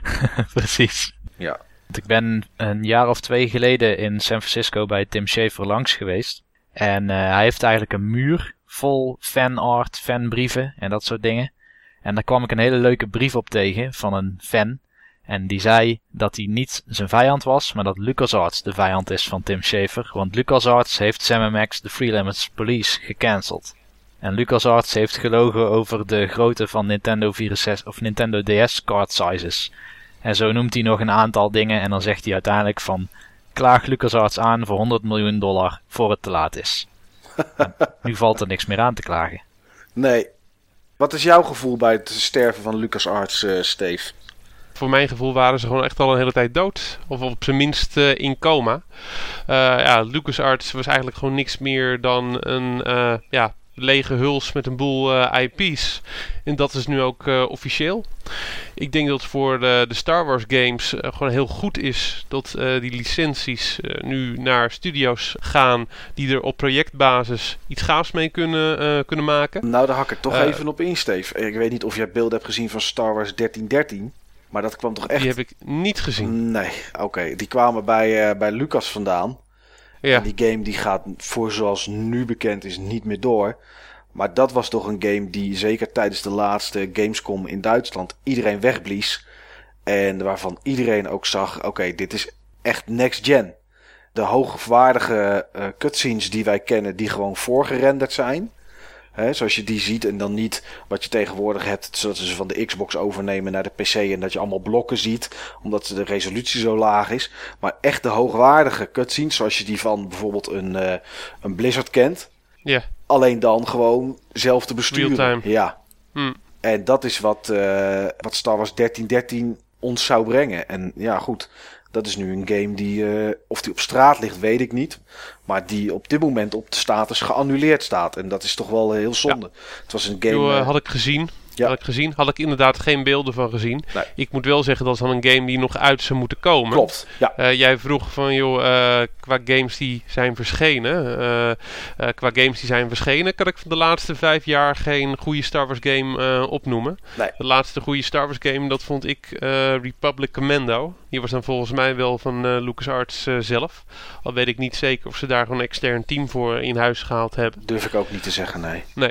Precies. Ja. Ik ben een jaar of twee geleden in San Francisco bij Tim Schafer langs geweest. En uh, hij heeft eigenlijk een muur vol fanart, fanbrieven en dat soort dingen. En daar kwam ik een hele leuke brief op tegen van een fan. En die zei dat hij niet zijn vijand was, maar dat LucasArts de vijand is van Tim Schafer. Want LucasArts heeft Sam en Max The Free Limits Police gecanceld. En LucasArts heeft gelogen over de grootte van Nintendo vierenzestig of Nintendo D S card sizes. En zo noemt hij nog een aantal dingen en dan zegt hij uiteindelijk van: klaag LucasArts aan voor honderd miljoen dollar voor het te laat is. Nu valt er niks meer aan te klagen. Nee. Wat is jouw gevoel bij het sterven van LucasArts, uh, Steve? Voor mijn gevoel waren ze gewoon echt al een hele tijd dood. Of op zijn minst uh, in coma. Uh, ja, LucasArts was eigenlijk gewoon niks meer dan een uh, ja, lege huls met een boel uh, I P's. En dat is nu ook uh, officieel. Ik denk dat voor de, de Star Wars games uh, gewoon heel goed is dat uh, die licenties uh, nu naar studio's gaan die er op projectbasis iets gaafs mee kunnen, uh, kunnen maken. Nou, daar hak ik toch uh, even op in, Steve. Ik weet niet of jij beelden hebt gezien van Star Wars dertien dertien. Maar dat kwam toch echt... Die heb ik niet gezien. Nee, oké. Okay. Die kwamen bij, uh, bij Lucas vandaan. Ja. En die game die gaat voor zoals nu bekend is niet meer door. Maar dat was toch een game die zeker tijdens de laatste Gamescom in Duitsland iedereen wegblies. En waarvan iedereen ook zag, oké, okay, dit is echt next gen. De hoogwaardige uh, cutscenes die wij kennen, die gewoon voorgerenderd zijn. He, zoals je die ziet en dan niet wat je tegenwoordig hebt, zodat ze van de Xbox overnemen naar de P C en dat je allemaal blokken ziet, omdat de resolutie zo laag is. Maar echt de hoogwaardige cutscenes, zoals je die van bijvoorbeeld een, uh, een Blizzard kent. Ja. Yeah. Alleen dan gewoon zelf te besturen. Real-time. Ja. Hmm. En dat is wat, uh, wat Star Wars dertien dertien ons zou brengen. En ja, goed. Dat is nu een game die, uh, of die op straat ligt, weet ik niet. Maar die op dit moment op de status geannuleerd staat. En dat is toch wel heel zonde. Ja. Het was een game... Jo, uh, had ik gezien. Ja. Had ik gezien. Had ik inderdaad geen beelden van gezien. Nee. Ik moet wel zeggen, dat is dan een game die nog uit zou moeten komen. Klopt, ja. Uh, jij vroeg van, joh, uh, qua games die zijn verschenen. Uh, uh, qua games die zijn verschenen, kan ik van de laatste vijf jaar geen goede Star Wars game uh, opnoemen. Nee. De laatste goede Star Wars game, dat vond ik uh, Republic Commando. Die was dan volgens mij wel van uh, LucasArts uh, zelf. Al weet ik niet zeker of ze daar gewoon een extern team voor in huis gehaald hebben. Durf ik ook niet te zeggen, nee. Nee,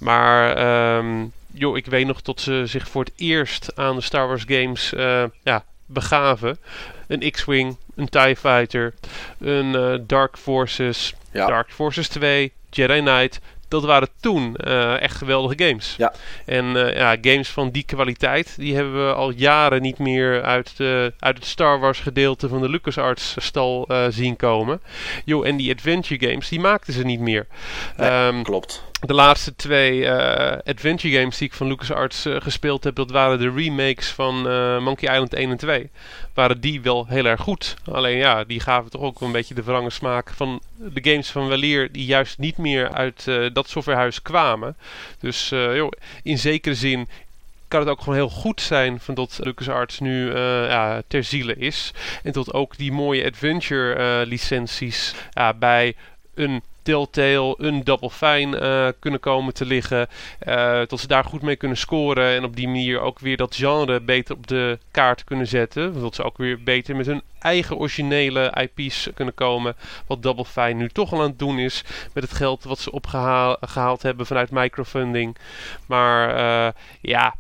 maar... Um, joh, ik weet nog dat ze zich voor het eerst aan de Star Wars games uh, ja, begaven. Een X-Wing, een TIE Fighter, een uh, Dark Forces, ja. Dark Forces twee, Jedi Knight. Dat waren toen uh, echt geweldige games. Ja. En uh, ja, games van die kwaliteit, die hebben we al jaren niet meer uit, de, uit het Star Wars gedeelte van de LucasArts stal uh, zien komen. Yo, en die adventure games, die maakten ze niet meer. Nee, um, klopt. De laatste twee uh, adventure games die ik van LucasArts uh, gespeeld heb, dat waren de remakes van uh, Monkey Island één en twee. Waren die wel heel erg goed. Alleen ja, die gaven toch ook wel een beetje de wrange smaak van de games van weleer die juist niet meer uit uh, dat softwarehuis kwamen. Dus uh, joh, in zekere zin kan het ook gewoon heel goed zijn van dat LucasArts nu uh, ja, ter ziele is. En tot ook die mooie adventure uh, licenties uh, bij een Telltale, een Double Fine uh, kunnen komen te liggen. Uh, dat ze daar goed mee kunnen scoren. En op die manier ook weer dat genre beter op de kaart kunnen zetten. Dat ze ook weer beter met hun eigen originele I P's kunnen komen. Wat Double Fine nu toch al aan het doen is. Met het geld wat ze opgehaald hebben vanuit microfunding. Maar uh, ja,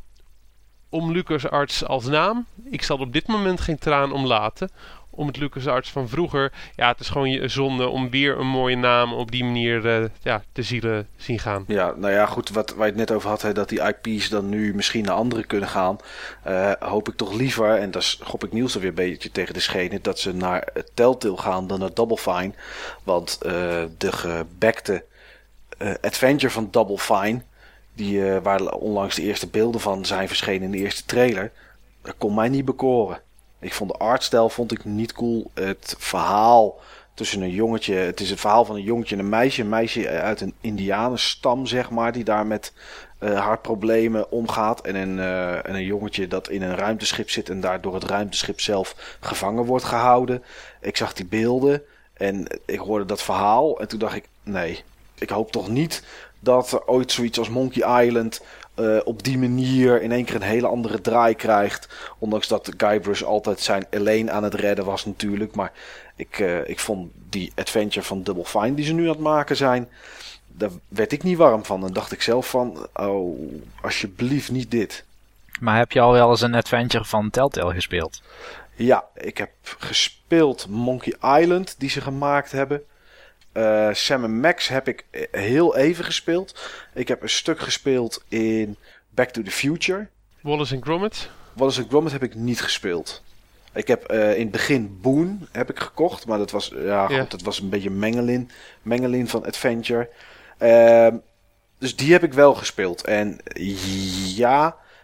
om LucasArts als naam. Ik zal op dit moment geen traan om laten. Om het LucasArts van vroeger. Ja, het is gewoon je zonde om weer een mooie naam op die manier uh, ja, te zielen zien gaan. Ja, nou ja, goed, wat wij het net over hadden, dat die I P's dan nu misschien naar anderen kunnen gaan. Uh, hoop ik toch liever, en daar schop ik Niels er weer een beetje tegen de schenen, dat ze naar Telltale gaan dan naar Double Fine. Want uh, de gebackte uh, adventure van Double Fine, die, uh, waar onlangs de eerste beelden van zijn verschenen in de eerste trailer, dat kon mij niet bekoren. Ik vond de artstijl vond ik niet cool. Het verhaal tussen een jongetje... Het is het verhaal van een jongetje en een meisje. Een meisje uit een indianenstam, zeg maar. Die daar met uh, hartproblemen omgaat. En een, uh, en een jongetje dat in een ruimteschip zit. En daar door het ruimteschip zelf gevangen wordt gehouden. Ik zag die beelden. En ik hoorde dat verhaal. En toen dacht ik, nee. Ik hoop toch niet dat er ooit zoiets als Monkey Island... Uh, op die manier in één keer een hele andere draai krijgt. Ondanks dat Guybrush altijd zijn Elaine aan het redden was natuurlijk. Maar ik, uh, ik vond die adventure van Double Fine die ze nu aan het maken zijn... Daar werd ik niet warm van. En dacht ik zelf van, oh, alsjeblieft niet dit. Maar heb je al wel eens een adventure van Telltale gespeeld? Ja, ik heb gespeeld Monkey Island die ze gemaakt hebben. Uh, Sam en Max heb ik heel even gespeeld. Ik heb een stuk gespeeld in Back to the Future. Wallace and Gromit? Wallace and Gromit heb ik niet gespeeld. Ik heb uh, in het begin Boone heb ik gekocht. Maar dat was, ja, goed, yeah. dat was een beetje mengelin, mengelin van adventure. Uh, dus die heb ik wel gespeeld. En ja,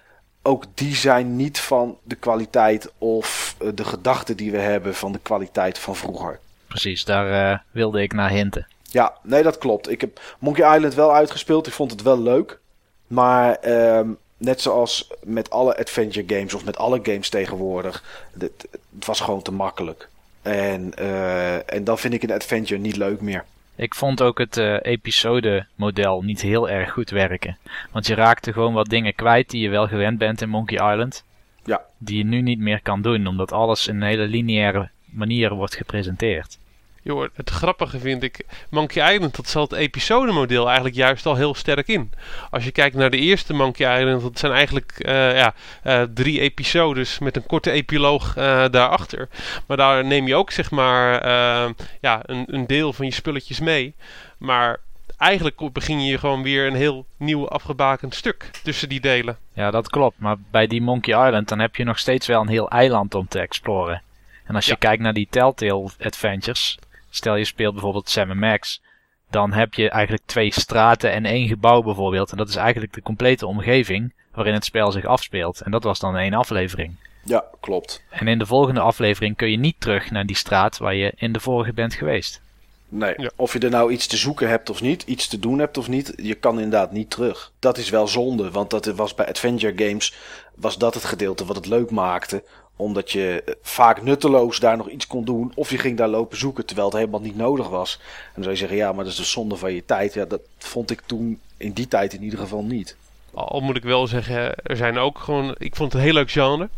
ook die zijn niet van de kwaliteit of uh, de gedachten die we hebben van de kwaliteit van vroeger. Precies, daar uh, wilde ik naar hinten. Ja, nee, dat klopt. Ik heb Monkey Island wel uitgespeeld. Ik vond het wel leuk. Maar um, net zoals met alle adventure games of met alle games tegenwoordig, het, het was gewoon te makkelijk. En, uh, en dan vind ik een adventure niet leuk meer. Ik vond ook het uh, episode-model niet heel erg goed werken. Want je raakte gewoon wat dingen kwijt die je wel gewend bent in Monkey Island. Ja. Die je nu niet meer kan doen, omdat alles in een hele lineaire manier wordt gepresenteerd. Joh, het grappige vind ik, Monkey Island, dat zat het episodemodel eigenlijk juist al heel sterk in. Als je kijkt naar de eerste Monkey Island, dat zijn eigenlijk uh, ja, uh, drie episodes met een korte epiloog uh, daarachter. Maar daar neem je ook zeg maar uh, ja, een, een deel van je spulletjes mee. Maar eigenlijk begin je gewoon weer een heel nieuw afgebakend stuk tussen die delen. Ja, dat klopt. Maar bij die Monkey Island, dan heb je nog steeds wel een heel eiland om te exploren. En als je ja. kijkt naar die Telltale Adventures, stel je speelt bijvoorbeeld Sam Max, dan heb je eigenlijk twee straten en één gebouw bijvoorbeeld. En dat is eigenlijk de complete omgeving waarin het spel zich afspeelt. En dat was dan één aflevering. Ja, klopt. En in de volgende aflevering kun je niet terug naar die straat waar je in de vorige bent geweest. Nee, ja. Of je er nou iets te zoeken hebt of niet, iets te doen hebt of niet, je kan inderdaad niet terug. Dat is wel zonde, want dat was bij adventure games, was dat het gedeelte wat het leuk maakte. Omdat je vaak nutteloos daar nog iets kon doen. Of je ging daar lopen zoeken terwijl het helemaal niet nodig was. En dan zou je zeggen, ja, maar dat is de zonde van je tijd. Ja, dat vond ik toen in die tijd in ieder geval niet. Al moet ik wel zeggen, er zijn ook gewoon... Ik vond het een heel leuk genre.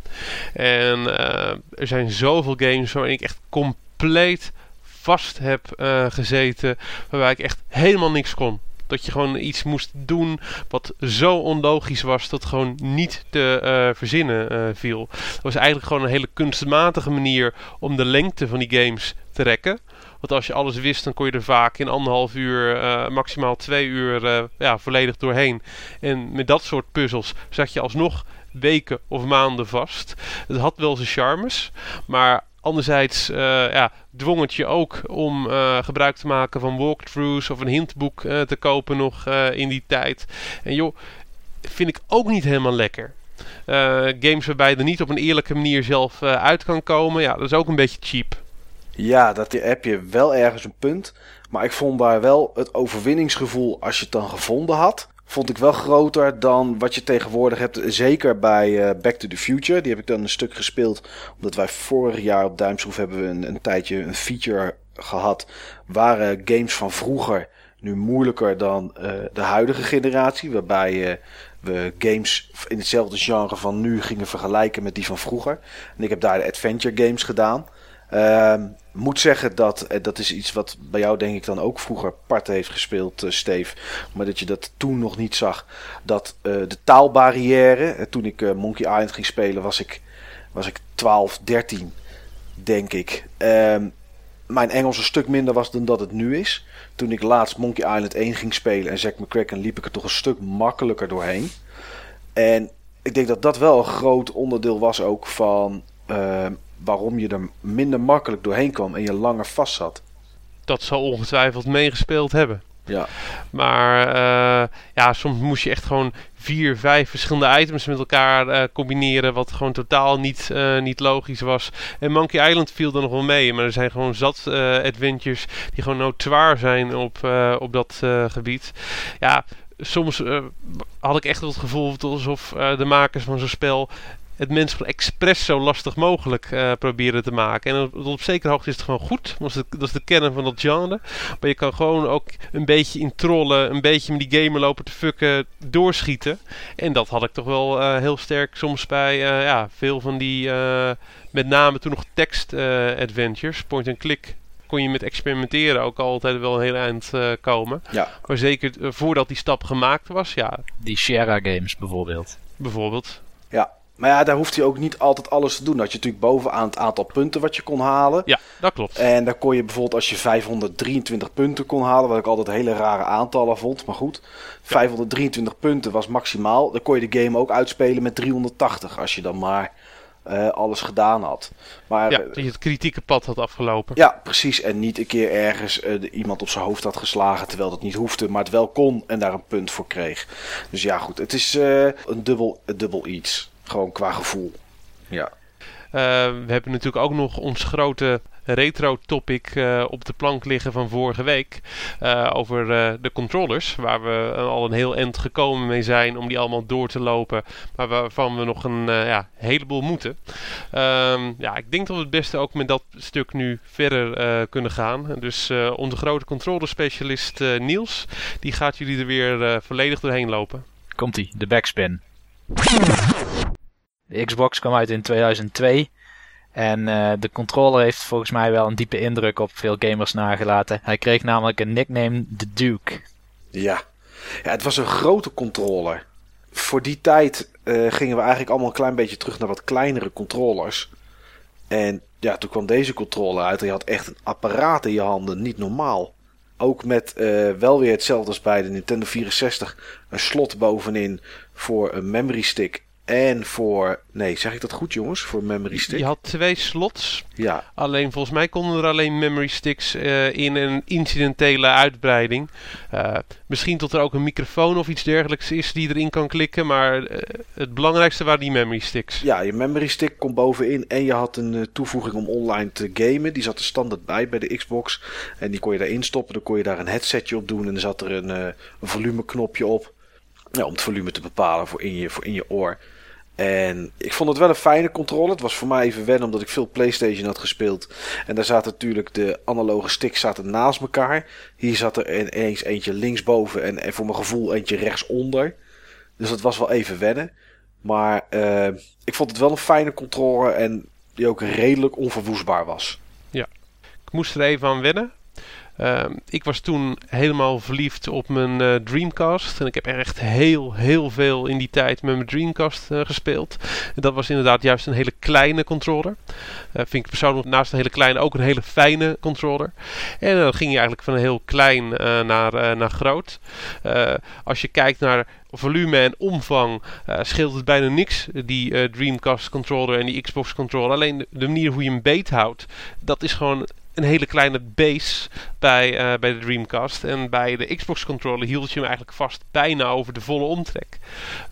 En uh, er zijn zoveel games waarin ik echt compleet vast heb uh, gezeten. Waarbij ik echt helemaal niks kon. Dat je gewoon iets moest doen wat zo onlogisch was dat gewoon niet te uh, verzinnen uh, viel. Dat was eigenlijk gewoon een hele kunstmatige manier om de lengte van die games te rekken. Want als je alles wist, dan kon je er vaak in anderhalf uur, uh, maximaal twee uur uh, ja, volledig doorheen. En met dat soort puzzels zat je alsnog weken of maanden vast. Het had wel zijn charmes, maar... Anderzijds uh, ja, dwong het je ook om uh, gebruik te maken van walkthroughs of een hintboek uh, te kopen nog uh, in die tijd. En joh, vind ik ook niet helemaal lekker. Uh, games waarbij je er niet op een eerlijke manier zelf uh, uit kan komen, ja, dat is ook een beetje cheap. Ja, dat heb je wel ergens een punt. Maar ik vond daar wel het overwinningsgevoel als je het dan gevonden had... vond ik wel groter dan wat je tegenwoordig hebt. Zeker bij uh, Back to the Future. Die heb ik dan een stuk gespeeld. Omdat wij vorig jaar op Duimschroef hebben we een, een tijdje een feature gehad. Waren games van vroeger nu moeilijker dan uh, de huidige generatie. Waarbij uh, we games in hetzelfde genre van nu gingen vergelijken met die van vroeger. En ik heb daar de adventure games gedaan. Uh, moet zeggen dat, uh, dat is iets wat bij jou denk ik dan ook vroeger part heeft gespeeld, uh, Steve. Maar dat je dat toen nog niet zag. Dat uh, de taalbarrière, uh, toen ik uh, Monkey Island ging spelen was ik, was ik twaalf, dertien denk ik. Uh, mijn Engels een stuk minder was dan dat het nu is. Toen ik laatst Monkey Island één ging spelen en Zack McCracken liep ik er toch een stuk makkelijker doorheen. En ik denk dat dat wel een groot onderdeel was ook van... Uh, waarom je er minder makkelijk doorheen kwam en je langer vast zat. Dat zal ongetwijfeld meegespeeld hebben. Ja. Maar uh, ja, soms moest je echt gewoon vier, vijf verschillende items met elkaar uh, combineren, wat gewoon totaal niet, uh, niet logisch was. En Monkey Island viel er nog wel mee, maar er zijn gewoon zat uh, adventures die gewoon notoire zijn op, uh, op dat uh, gebied. Ja, soms uh, had ik echt wel het gevoel alsof uh, de makers van zo'n spel het mensen expres zo lastig mogelijk uh, proberen te maken. En op, op zekere hoogte is het gewoon goed. Dat is, de, dat is de kern van dat genre. Maar je kan gewoon ook een beetje in trollen, een beetje met die gamer lopen te fucken, doorschieten. En dat had ik toch wel uh, heel sterk soms bij uh, ja, veel van die, uh, met name toen nog tekst uh, adventures, point-and-click. Kon je met experimenteren ook altijd wel een heel eind uh, komen. Ja. Maar zeker uh, voordat die stap gemaakt was, ja. Die Sierra games bijvoorbeeld. Bijvoorbeeld. Ja. Maar ja, daar hoeft hij ook niet altijd alles te doen. Dat je natuurlijk bovenaan het aantal punten wat je kon halen. Ja, dat klopt. En dan kon je bijvoorbeeld als je vijfhonderddrieëntwintig punten kon halen. Wat ik altijd hele rare aantallen vond. Maar goed, vijfhonderddrieëntwintig punten was maximaal. Dan kon je de game ook uitspelen met driehonderdtachtig. Als je dan maar uh, alles gedaan had. Maar, ja, dat je het kritieke pad had afgelopen. Ja, precies. En niet een keer ergens uh, iemand op zijn hoofd had geslagen. Terwijl dat niet hoefde, maar het wel kon. En daar een punt voor kreeg. Dus ja, goed. Het is uh, een dubbel, een dubbel iets. Gewoon qua gevoel. Ja. Uh, we hebben natuurlijk ook nog ons grote retro-topic uh, op de plank liggen van vorige week. Uh, over uh, de controllers. Waar we uh, al een heel eind gekomen mee zijn om die allemaal door te lopen. Maar waarvan we nog een uh, ja, heleboel moeten. Uh, ja, ik denk dat we het beste ook met dat stuk nu verder uh, kunnen gaan. Dus uh, onze grote controllerspecialist uh, Niels. Die gaat jullie er weer uh, volledig doorheen lopen. Komt-ie, de backspin. De Xbox kwam uit in tweeduizend twee. En uh, de controller heeft volgens mij wel een diepe indruk op veel gamers nagelaten. Hij kreeg namelijk een nickname, The Duke. Ja, ja het was een grote controller. Voor die tijd uh, gingen we eigenlijk allemaal een klein beetje terug naar wat kleinere controllers. En ja, toen kwam deze controller uit en je had echt een apparaat in je handen, niet normaal. Ook met uh, wel weer hetzelfde als bij de Nintendo vierenzestig. Een slot bovenin voor een memory stick. En voor... Nee, zeg ik dat goed jongens? Voor memory stick. Je had twee slots. Ja. Alleen volgens mij konden er alleen memory sticks uh, in een incidentele uitbreiding. Uh, misschien tot er ook een microfoon of iets dergelijks is die erin kan klikken. Maar uh, het belangrijkste waren die memory sticks. Ja, je memory stick kon bovenin. En je had een uh, toevoeging om online te gamen. Die zat er standaard bij bij de Xbox. En die kon je daarin stoppen. Dan kon je daar een headsetje op doen. En dan zat er een, uh, een volumeknopje op. Ja, om het volume te bepalen voor in je, voor in je oor. En ik vond het wel een fijne controller. Het was voor mij even wennen omdat ik veel PlayStation had gespeeld. En daar zaten natuurlijk de analoge sticks zaten naast elkaar. Hier zat er ineens eentje linksboven en, en voor mijn gevoel eentje rechtsonder. Dus dat was wel even wennen. Maar uh, ik vond het wel een fijne controller en die ook redelijk onverwoestbaar was. Ja, ik moest er even aan wennen. Uh, ik was toen helemaal verliefd op mijn uh, Dreamcast. En ik heb er echt heel, heel veel in die tijd met mijn Dreamcast uh, gespeeld. En dat was inderdaad juist een hele kleine controller. Uh, vind ik persoonlijk naast een hele kleine ook een hele fijne controller. En dan uh, ging je eigenlijk van heel klein uh, naar, uh, naar groot. Uh, als je kijkt naar volume en omvang uh, scheelt het bijna niks. Die uh, Dreamcast controller en die Xbox controller. Alleen de, de manier hoe je hem beet houdt, dat is gewoon een hele kleine base bij, uh, bij de Dreamcast. En bij de Xbox controller hield je hem eigenlijk vast bijna over de volle omtrek.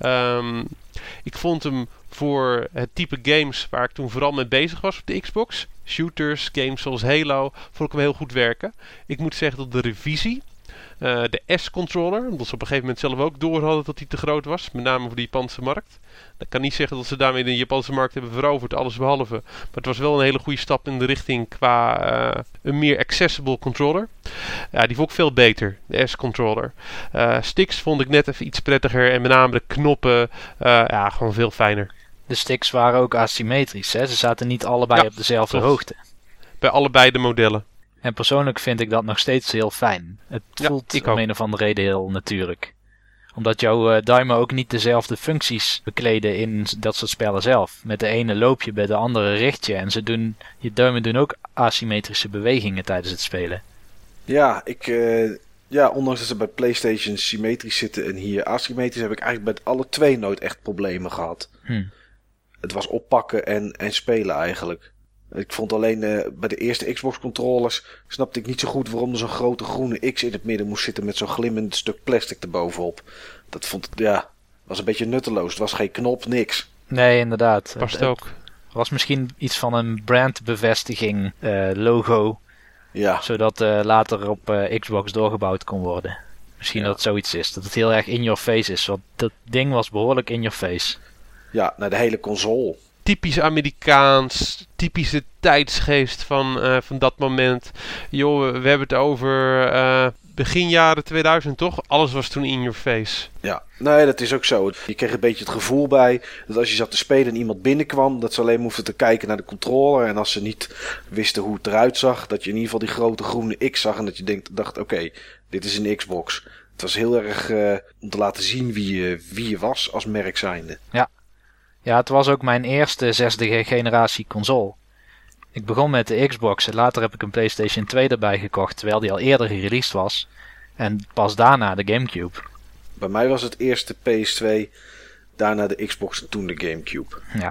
Um, ik vond hem voor het type games waar ik toen vooral mee bezig was op de Xbox, shooters, games zoals Halo, vond ik hem heel goed werken. Ik moet zeggen dat de revisie, uh, de S-controller, omdat ze op een gegeven moment zelf ook door hadden dat hij te groot was, met name voor de Japanse markt. Ik kan niet zeggen dat ze daarmee de Japanse markt hebben veroverd, alles behalve. Maar het was wel een hele goede stap in de richting qua uh, een meer accessible controller. Ja, die vond ik veel beter, de S-controller. Uh, sticks vond ik net even iets prettiger en met name de knoppen, uh, ja, gewoon veel fijner. De sticks waren ook asymmetrisch, hè? Ze zaten niet allebei ja, op dezelfde klopt. hoogte. Bij allebei de modellen. En persoonlijk vind ik dat nog steeds heel fijn. Het ja, voelt om een of andere reden heel natuurlijk. Omdat jouw uh, duimen ook niet dezelfde functies bekleden in dat soort spellen zelf. Met de ene loop je, bij de andere richt je. En ze doen, je duimen doen ook asymmetrische bewegingen tijdens het spelen. Ja, ik, uh, ja, ondanks dat ze bij PlayStation symmetrisch zitten en hier asymmetrisch, heb ik eigenlijk bij alle twee nooit echt problemen gehad. Hm. Het was oppakken en, en spelen eigenlijk. Ik vond alleen uh, bij de eerste Xbox controllers snapte ik niet zo goed waarom er zo'n grote groene X in het midden moest zitten met zo'n glimmend stuk plastic erbovenop. Dat vond ik, ja, was een beetje nutteloos. Het was geen knop, niks. Nee, inderdaad. Past het, ook. Het was misschien iets van een brandbevestiging uh, logo. Ja. Zodat uh, later op uh, Xbox doorgebouwd kon worden. Misschien ja. dat het zoiets is. Dat het heel erg in your face is. Want dat ding was behoorlijk in your face. Ja, naar de hele console. Typisch Amerikaans, typische tijdsgeest van, uh, van dat moment. Joh, we hebben het over uh, begin jaren tweeduizend, toch? Alles was toen in your face. Ja, nee, dat is ook zo. Je kreeg een beetje het gevoel bij dat als je zat te spelen en iemand binnenkwam, dat ze alleen moesten te kijken naar de controller. En als ze niet wisten hoe het eruit zag, dat je in ieder geval die grote groene X zag en dat je denkt, dacht, oké, okay, dit is een Xbox. Het was heel erg uh, om te laten zien wie je, wie je was als merk zijnde. Ja. Ja, het was ook mijn eerste zesde generatie console. Ik begon met de Xbox en later heb ik een PlayStation twee erbij gekocht, terwijl die al eerder gereleased was. En pas daarna de Gamecube. Bij mij was het eerst de P S twee, daarna de Xbox en toen de Gamecube. Ja.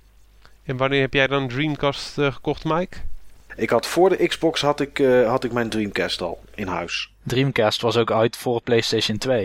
En wanneer heb jij dan Dreamcast uh, gekocht, Mike? Ik had voor de Xbox had ik, uh, had ik mijn Dreamcast al in huis. Dreamcast was ook uit voor PlayStation twee.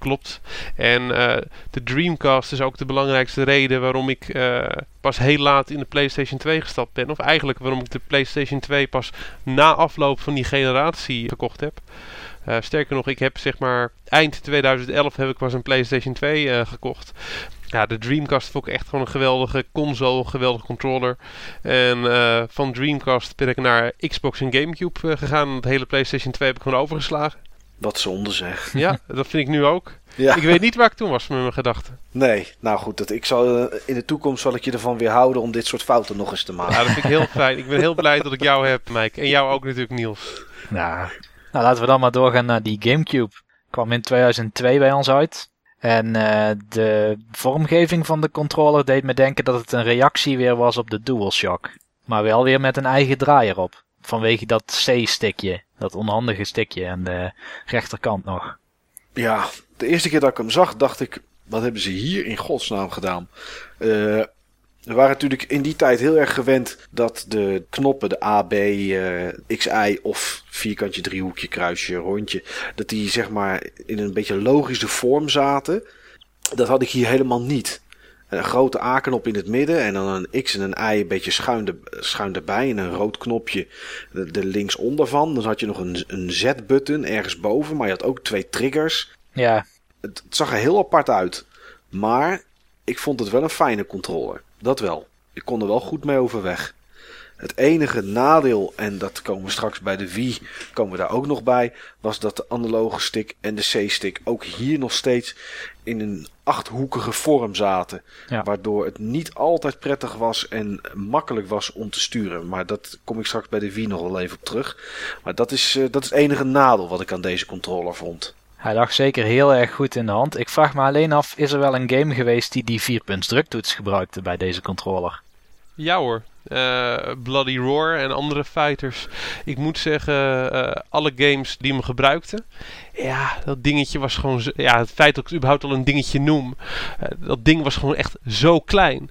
klopt. En uh, de Dreamcast is ook de belangrijkste reden waarom ik uh, pas heel laat in de PlayStation twee gestapt ben. Of eigenlijk waarom ik de PlayStation twee pas na afloop van die generatie gekocht heb. Uh, sterker nog, ik heb zeg maar eind twintig elf heb ik pas een PlayStation twee uh, gekocht. Ja, de Dreamcast vond ik echt gewoon een geweldige console, een geweldige controller. En uh, van Dreamcast ben ik naar Xbox en Gamecube uh, gegaan. De hele PlayStation twee heb ik gewoon overgeslagen. Wat zonde zeg. Ja, dat vind ik nu ook. Ja. Ik weet niet waar ik toen was met mijn gedachten. Nee, nou goed, dat ik zal, uh, in de toekomst zal ik je ervan weerhouden om dit soort fouten nog eens te maken. Ja, dat vind ik heel fijn. Ik ben heel blij dat ik jou heb, Mike. En jou ook natuurlijk, Niels. Ja. Nou, laten we dan maar doorgaan naar die Gamecube. Kwam in tweeduizend twee bij ons uit. En uh, de vormgeving van de controller deed me denken dat het een reactie weer was op de DualShock. Maar wel weer met een eigen draai erop. Vanwege dat C-stickje, dat onhandige stickje aan de rechterkant nog. Ja, de eerste keer dat ik hem zag, dacht ik, wat hebben ze hier in godsnaam gedaan? Uh, we waren natuurlijk in die tijd heel erg gewend dat de knoppen, de A, B, uh, X, Y of vierkantje, driehoekje, kruisje, rondje, dat die zeg maar in een beetje logische vorm zaten. Dat had ik hier helemaal niet. Een grote A-knop in het midden en dan een X en een Y een beetje schuin, de, schuin erbij en een rood knopje de, de linksonder van. Dan had je nog een, een Z-button ergens boven, maar je had ook twee triggers. Ja. Het, het zag er heel apart uit, maar ik vond het wel een fijne controller. Dat wel. Ik kon er wel goed mee overweg. Het enige nadeel, en dat komen we straks bij de Wii, komen we daar ook nog bij, was dat de analoge stick en de C-stick ook hier nog steeds in een achthoekige vorm zaten. Ja. Waardoor het niet altijd prettig was en makkelijk was om te sturen. Maar dat kom ik straks bij de Wii nog wel even op terug. Maar dat is, uh, dat is het enige nadeel wat ik aan deze controller vond. Hij lag zeker heel erg goed in de hand. Ik vraag me alleen af, is er wel een game geweest die die vierpunts druktoets gebruikte bij deze controller? Ja hoor. Uh, Bloody Roar en andere fighters. Ik moet zeggen, uh, alle games die me gebruikten. Ja, dat dingetje was gewoon... Zo, ja, het feit dat ik het überhaupt al een dingetje noem. Uh, dat ding was gewoon echt zo klein.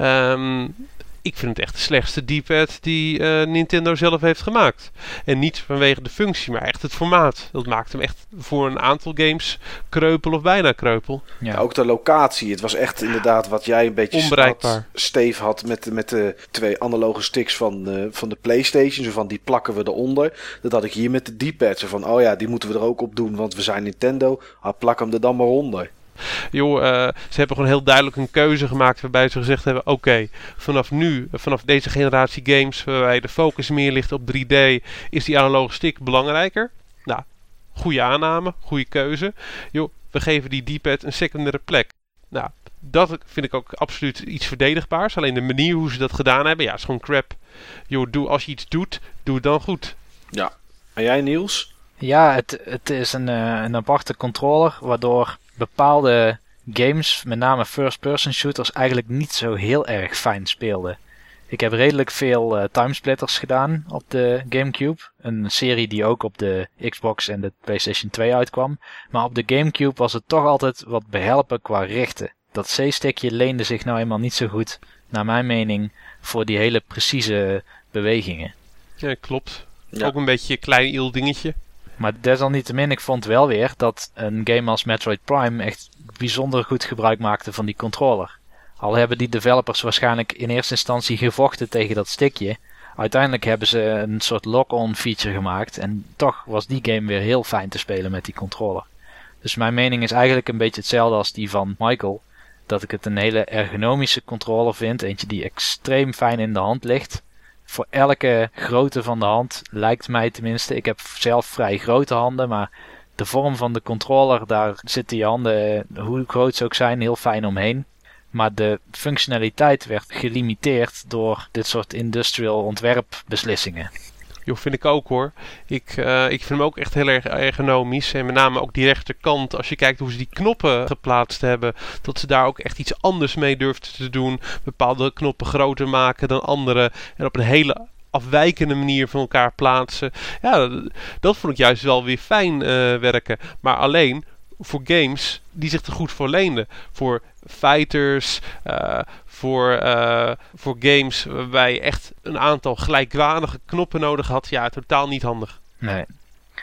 Um, ik vind het echt de slechtste D-pad die uh, Nintendo zelf heeft gemaakt. En niet vanwege de functie, maar echt het formaat. Dat maakt hem echt voor een aantal games kreupel of bijna kreupel. Ja. Ja, ook de locatie. Het was echt inderdaad wat jij een beetje onbereikbaar. Had, Steve had met, met de twee analoge sticks van, uh, van de PlayStation. Zo van, die plakken we eronder. Dat had ik hier met de D-pad. Zo van, oh ja, die moeten we er ook op doen, want we zijn Nintendo. Ah, plak hem er dan maar onder. Joh, uh, ze hebben gewoon heel duidelijk een keuze gemaakt waarbij ze gezegd hebben, oké, okay, vanaf nu, vanaf deze generatie games waarbij de focus meer ligt op drie D, is die analoge stick belangrijker. Nou, goede aanname, goede keuze. Joh, we geven die D-pad een secundaire plek. Nou, dat vind ik ook absoluut iets verdedigbaars. Alleen de manier hoe ze dat gedaan hebben, ja, is gewoon crap. Joh, doe, als je iets doet, doe het dan goed. Ja. En jij, Niels? Ja, het, het is een, uh, een aparte controller, waardoor bepaalde games, met name first-person shooters, eigenlijk niet zo heel erg fijn speelden. Ik heb redelijk veel uh, timesplitters gedaan op de Gamecube. Een serie die ook op de Xbox en de PlayStation twee uitkwam. Maar op de Gamecube was het toch altijd wat behelpen qua richten. Dat C-stickje leende zich nou eenmaal niet zo goed, naar mijn mening, voor die hele precieze bewegingen. Ja, klopt. Ja. Ook een beetje een klein iel dingetje. Maar desalniettemin, ik vond wel weer dat een game als Metroid Prime echt bijzonder goed gebruik maakte van die controller. Al hebben die developers waarschijnlijk in eerste instantie gevochten tegen dat stickje. Uiteindelijk hebben ze een soort lock-on feature gemaakt. En toch was die game weer heel fijn te spelen met die controller. Dus mijn mening is eigenlijk een beetje hetzelfde als die van Michael. Dat ik het een hele ergonomische controller vind. Eentje die extreem fijn in de hand ligt. Voor elke grootte van de hand, lijkt mij tenminste. Ik heb zelf vrij grote handen, maar de vorm van de controller, daar zitten je handen, hoe groot ze ook zijn, heel fijn omheen. Maar de functionaliteit werd gelimiteerd door dit soort industrial ontwerpbeslissingen. Jo, vind ik ook hoor. Ik, uh, ik vind hem ook echt heel erg ergonomisch. En met name ook die rechterkant. Als je kijkt hoe ze die knoppen geplaatst hebben. Dat ze daar ook echt iets anders mee durfden te doen. Bepaalde knoppen groter maken dan andere. En op een hele afwijkende manier van elkaar plaatsen. Ja, dat, dat vond ik juist wel weer fijn uh, werken. Maar alleen voor games die zich er goed voor leenden. Voor fighters, uh, voor, uh, voor games waarbij je echt een aantal gelijkwaardige knoppen nodig had. Ja, totaal niet handig. Nee.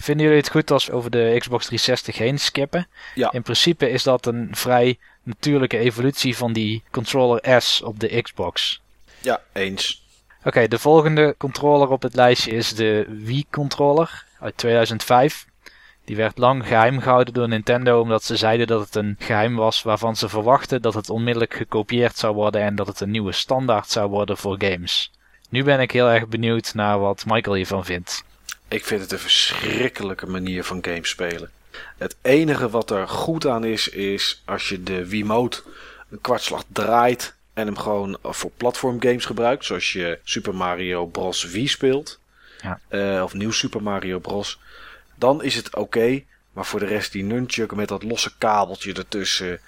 Vinden jullie het goed als we over de Xbox driehonderdzestig heen skippen? Ja. In principe is dat een vrij natuurlijke evolutie van die controller S op de Xbox. Ja, eens. Oké, okay, de volgende controller op het lijstje is de Wii-controller uit tweeduizend vijf. Die werd lang geheim gehouden door Nintendo omdat ze zeiden dat het een geheim was waarvan ze verwachten dat het onmiddellijk gekopieerd zou worden en dat het een nieuwe standaard zou worden voor games. Nu ben ik heel erg benieuwd naar wat Michael hiervan vindt. Ik vind het een verschrikkelijke manier van games spelen. Het enige wat er goed aan is, is als je de Wiimote een kwartslag draait en hem gewoon voor platformgames gebruikt. Zoals je Super Mario Bros. Wii speelt. Ja. Uh, of nieuw Super Mario Bros. Dan is het oké. Okay, maar voor de rest die nunchuk met dat losse kabeltje ertussen. Uh,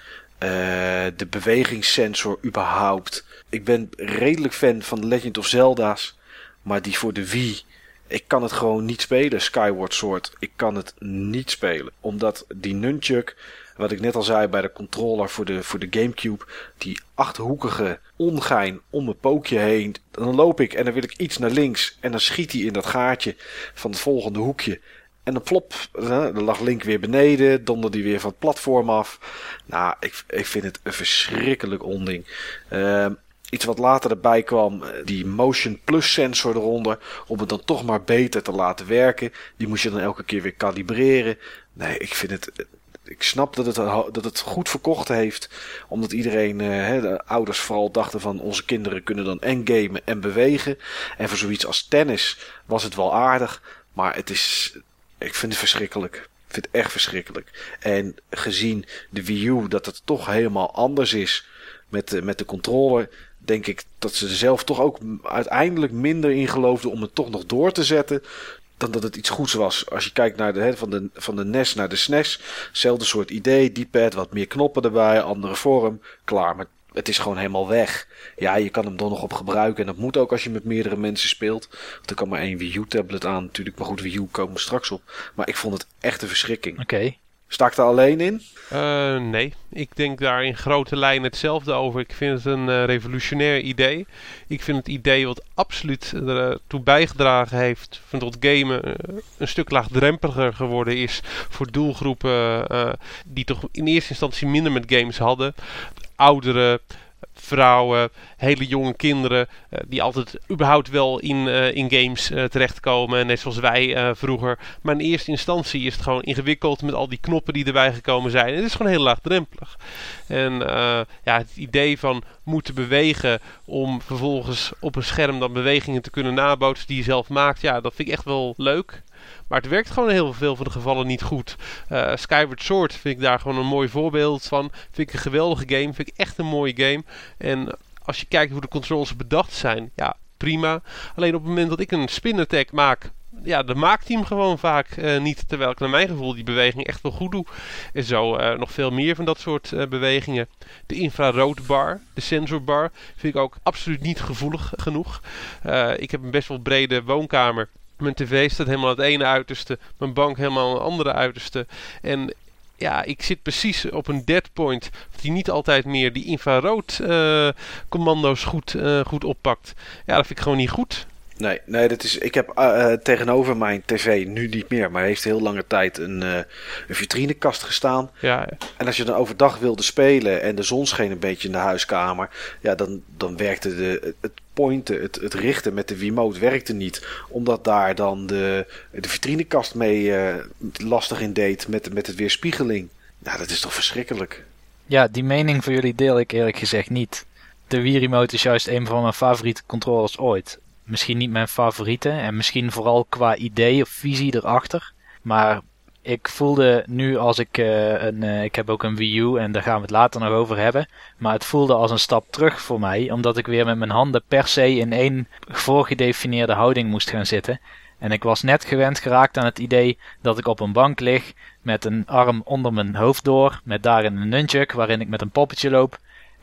de bewegingssensor überhaupt. Ik ben redelijk fan van de Legend of Zelda's. Maar die voor de Wii. Ik kan het gewoon niet spelen, Skyward Sword. Ik kan het niet spelen. Omdat die nunchuk, wat ik net al zei bij de controller voor de, voor de Gamecube. Die achthoekige ongein om mijn pookje heen. Dan loop ik en dan wil ik iets naar links. En dan schiet hij in dat gaatje van het volgende hoekje. En dan plop, dan lag Link weer beneden. Donderde hij weer van het platform af. Nou, ik, ik vind het een verschrikkelijk onding. Uh, Iets wat later erbij kwam, die Motion Plus sensor eronder, om het dan toch maar beter te laten werken. Die moest je dan elke keer weer kalibreren. Nee, ik vind het, ik snap dat het, dat het goed verkocht heeft, omdat iedereen, eh, de ouders vooral dachten van onze kinderen kunnen dan en gamen en bewegen. En voor zoiets als tennis was het wel aardig, maar het is, ik vind het verschrikkelijk. Ik vind het echt verschrikkelijk. En gezien de Wii U dat het toch helemaal anders is met de, met de controller, denk ik dat ze er zelf toch ook uiteindelijk minder in geloofden om het toch nog door te zetten, dan dat het iets goeds was. Als je kijkt naar de, he, van, de, van de N E S naar de S N E S, hetzelfde soort idee, D-pad, wat meer knoppen erbij, andere vorm, klaar, maar het is gewoon helemaal weg. Ja, je kan hem dan nog op gebruiken en dat moet ook als je met meerdere mensen speelt. Want er kan maar één Wii U-tablet aan natuurlijk, maar goed, Wii U komen we straks op. Maar ik vond het echt een verschrikking. Oké. Okay. Sta ik daar alleen in? Uh, nee, ik denk daar in grote lijnen hetzelfde over. Ik vind het een uh, revolutionair idee. Ik vind het idee wat absoluut ertoe bijgedragen heeft van dat gamen uh, een stuk laagdrempeliger geworden is voor doelgroepen uh, die toch in eerste instantie minder met games hadden. Ouderen, vrouwen, hele jonge kinderen uh, die altijd überhaupt wel in, uh, in games uh, terechtkomen, net zoals wij uh, vroeger. Maar in eerste instantie is het gewoon ingewikkeld met al die knoppen die erbij gekomen zijn. Het is gewoon heel laagdrempelig. En uh, ja, het idee van moeten bewegen om vervolgens op een scherm dan bewegingen te kunnen nabootsen die je zelf maakt, ja, dat vind ik echt wel leuk. Maar het werkt gewoon in heel veel van de gevallen niet goed. Uh, Skyward Sword vind ik daar gewoon een mooi voorbeeld van. Vind ik een geweldige game. Vind ik echt een mooie game. En als je kijkt hoe de controls bedacht zijn, ja, prima. Alleen op het moment dat ik een spin attack maak, ja, dan maakt hij hem gewoon vaak uh, niet. Terwijl ik naar mijn gevoel die beweging echt wel goed doe. En zo uh, nog veel meer van dat soort uh, bewegingen. De infraroodbar, de sensorbar, vind ik ook absoluut niet gevoelig genoeg. Uh, ik heb een best wel brede woonkamer. Mijn tv staat helemaal aan het ene uiterste. Mijn bank helemaal aan het andere uiterste. En ja, ik zit precies op een dead point. Die niet altijd meer die infrarood uh, commando's goed, uh, goed oppakt. Ja, dat vind ik gewoon niet goed. Nee, nee, dat is, ik heb uh, tegenover mijn tv nu niet meer, maar heeft heel lange tijd een, uh, een vitrinekast gestaan. Ja. En als je dan overdag wilde spelen en de zon scheen een beetje in de huiskamer, ja, dan, dan werkte de, het pointen, het, het richten met de Wiimote werkte niet. Omdat daar dan de, de vitrinekast mee uh, lastig in deed met, met het weerspiegeling. Nou, dat is toch verschrikkelijk. Ja, die mening van jullie deel ik eerlijk gezegd niet. De Wii Remote is juist een van mijn favoriete controllers ooit. Misschien niet mijn favoriete en misschien vooral qua idee of visie erachter. Maar ik voelde nu als ik uh, een... Uh, ik heb ook een Wii U en daar gaan we het later nog over hebben. Maar het voelde als een stap terug voor mij. Omdat ik weer met mijn handen per se in één voorgedefinieerde houding moest gaan zitten. En ik was net gewend geraakt aan het idee dat ik op een bank lig met een arm onder mijn hoofd door. Met daarin een nunchuk waarin ik met een poppetje loop.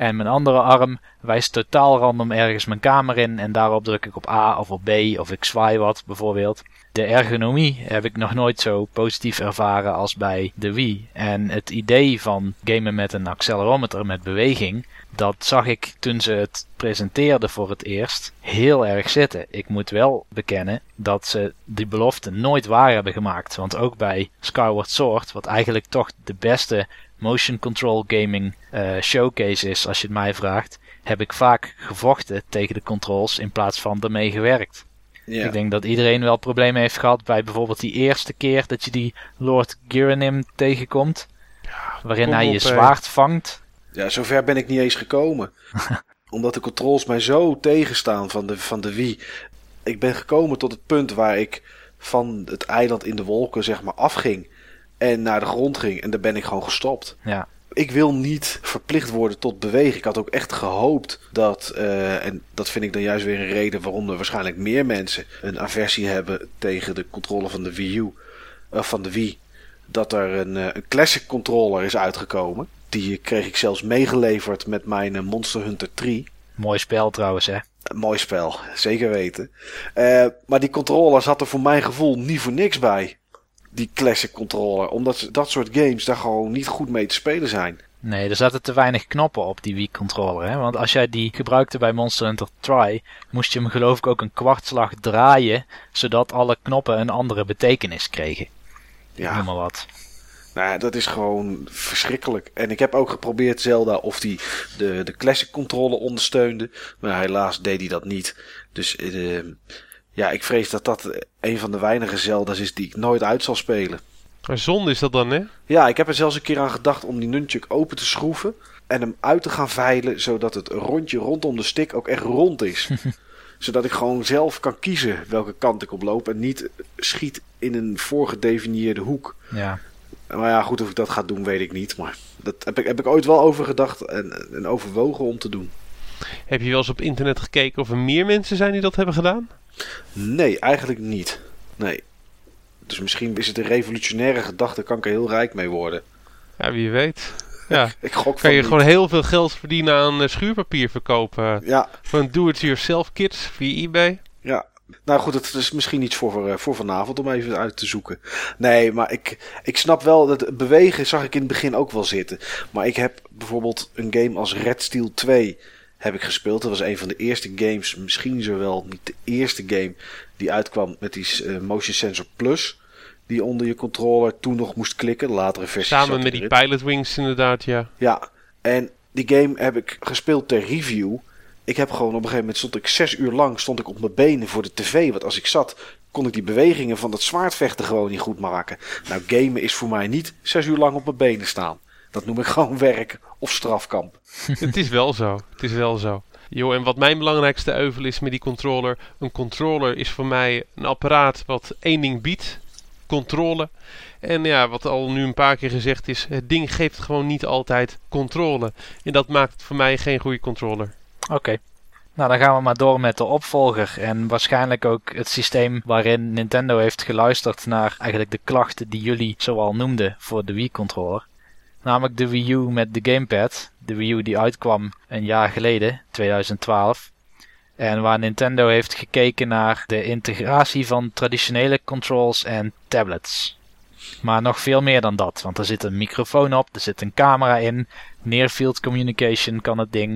En mijn andere arm wijst totaal random ergens mijn kamer in en daarop druk ik op A of op B of ik zwaai wat bijvoorbeeld. De ergonomie heb ik nog nooit zo positief ervaren als bij de Wii. En het idee van gamen met een accelerometer met beweging, dat zag ik toen ze het presenteerden voor het eerst heel erg zitten. Ik moet wel bekennen dat ze die belofte nooit waar hebben gemaakt. Want ook bij Skyward Sword, wat eigenlijk toch de beste motion control gaming uh, showcase is als je het mij vraagt, heb ik vaak gevochten tegen de controls in plaats van ermee gewerkt. Ja. Ik denk dat iedereen wel problemen heeft gehad bij bijvoorbeeld die eerste keer dat je die Lord Gyranym tegenkomt. Ja, waarin hij je zwaard vangt. Ja, zover ben ik niet eens gekomen. Omdat de controls mij zo tegenstaan van de, van de Wii. Ik ben gekomen tot het punt waar ik van het eiland in de wolken zeg maar afging. En naar de grond ging. En daar ben ik gewoon gestopt. Ja. Ik wil niet verplicht worden tot bewegen. Ik had ook echt gehoopt dat, uh, en dat vind ik dan juist weer een reden waarom er waarschijnlijk meer mensen een aversie hebben tegen de controle van de Wii U, uh, van de Wii, dat er een, uh, een classic controller is uitgekomen. Die kreeg ik zelfs meegeleverd met mijn uh, Monster Hunter drie. Mooi spel trouwens, hè? Een mooi spel, zeker weten. Uh, maar die controller zat er voor mijn gevoel niet voor niks bij. Die classic controller. Omdat dat soort games daar gewoon niet goed mee te spelen zijn. Nee, er zaten te weinig knoppen op die Wii controller. Hè? Want als jij die gebruikte bij Monster Hunter Tri, moest je hem geloof ik ook een kwartslag draaien, zodat alle knoppen een andere betekenis kregen. Ja. Noem maar wat. Nou ja, dat is gewoon verschrikkelijk. En ik heb ook geprobeerd Zelda of die de, de classic controller ondersteunde. Maar helaas deed hij dat niet. Dus uh, ja, ik vrees dat dat een van de weinige Zelda's is die ik nooit uit zal spelen. Maar zonde is dat dan, hè? Ja, ik heb er zelfs een keer aan gedacht om die nunchuk open te schroeven en hem uit te gaan veilen, zodat het rondje rondom de stick ook echt rond is. Zodat ik gewoon zelf kan kiezen welke kant ik op loop en niet schiet in een voorgedefinieerde hoek. Ja. Maar ja, goed, of ik dat ga doen, weet ik niet. Maar dat heb ik, heb ik ooit wel over gedacht en, en overwogen om te doen. Heb je wel eens op internet gekeken of er meer mensen zijn die dat hebben gedaan? Nee, eigenlijk niet. Nee. Dus misschien is het een revolutionaire gedachte, kan ik er heel rijk mee worden. Ja, wie weet. Ja. ik, ik gok kan je niet. gewoon heel veel geld verdienen aan uh, schuurpapier verkopen. Ja. Van do-it-yourself kits via eBay. Ja. Nou goed, het is misschien iets voor, voor vanavond om even uit te zoeken. Nee, maar ik, ik snap wel, dat bewegen zag ik in het begin ook wel zitten. Maar ik heb bijvoorbeeld een game als Red Steel twee heb ik gespeeld. Dat was een van de eerste games, misschien zowel niet de eerste game die uitkwam met die uh, Motion Sensor Plus. Die onder je controller toen nog moest klikken. De latere versie. Samen met die Pilot Wings inderdaad, ja. Ja, en die game heb ik gespeeld ter review. Ik heb gewoon op een gegeven moment stond ik zes uur lang stond ik op mijn benen voor de tv. Want als ik zat, kon ik die bewegingen van dat zwaardvechten gewoon niet goed maken. Nou, gamen is voor mij niet zes uur lang op mijn benen staan. Dat noem ik gewoon werk of strafkamp. Het is wel zo. Het is wel zo. Jo, en wat mijn belangrijkste euvel is met die controller. Een controller is voor mij een apparaat wat één ding biedt. Controle. En ja, wat al nu een paar keer gezegd is. Het ding geeft gewoon niet altijd controle. En dat maakt het voor mij geen goede controller. Oké. Okay. Nou, dan gaan we maar door met de opvolger. En waarschijnlijk ook het systeem waarin Nintendo heeft geluisterd naar eigenlijk de klachten die jullie zoal noemden voor de Wii-controller. Namelijk de Wii U met de gamepad. De Wii U die uitkwam een jaar geleden, twintig twaalf. En waar Nintendo heeft gekeken naar de integratie van traditionele controls en tablets. Maar nog veel meer dan dat. Want er zit een microfoon op, er zit een camera in. Near-field communication kan het ding.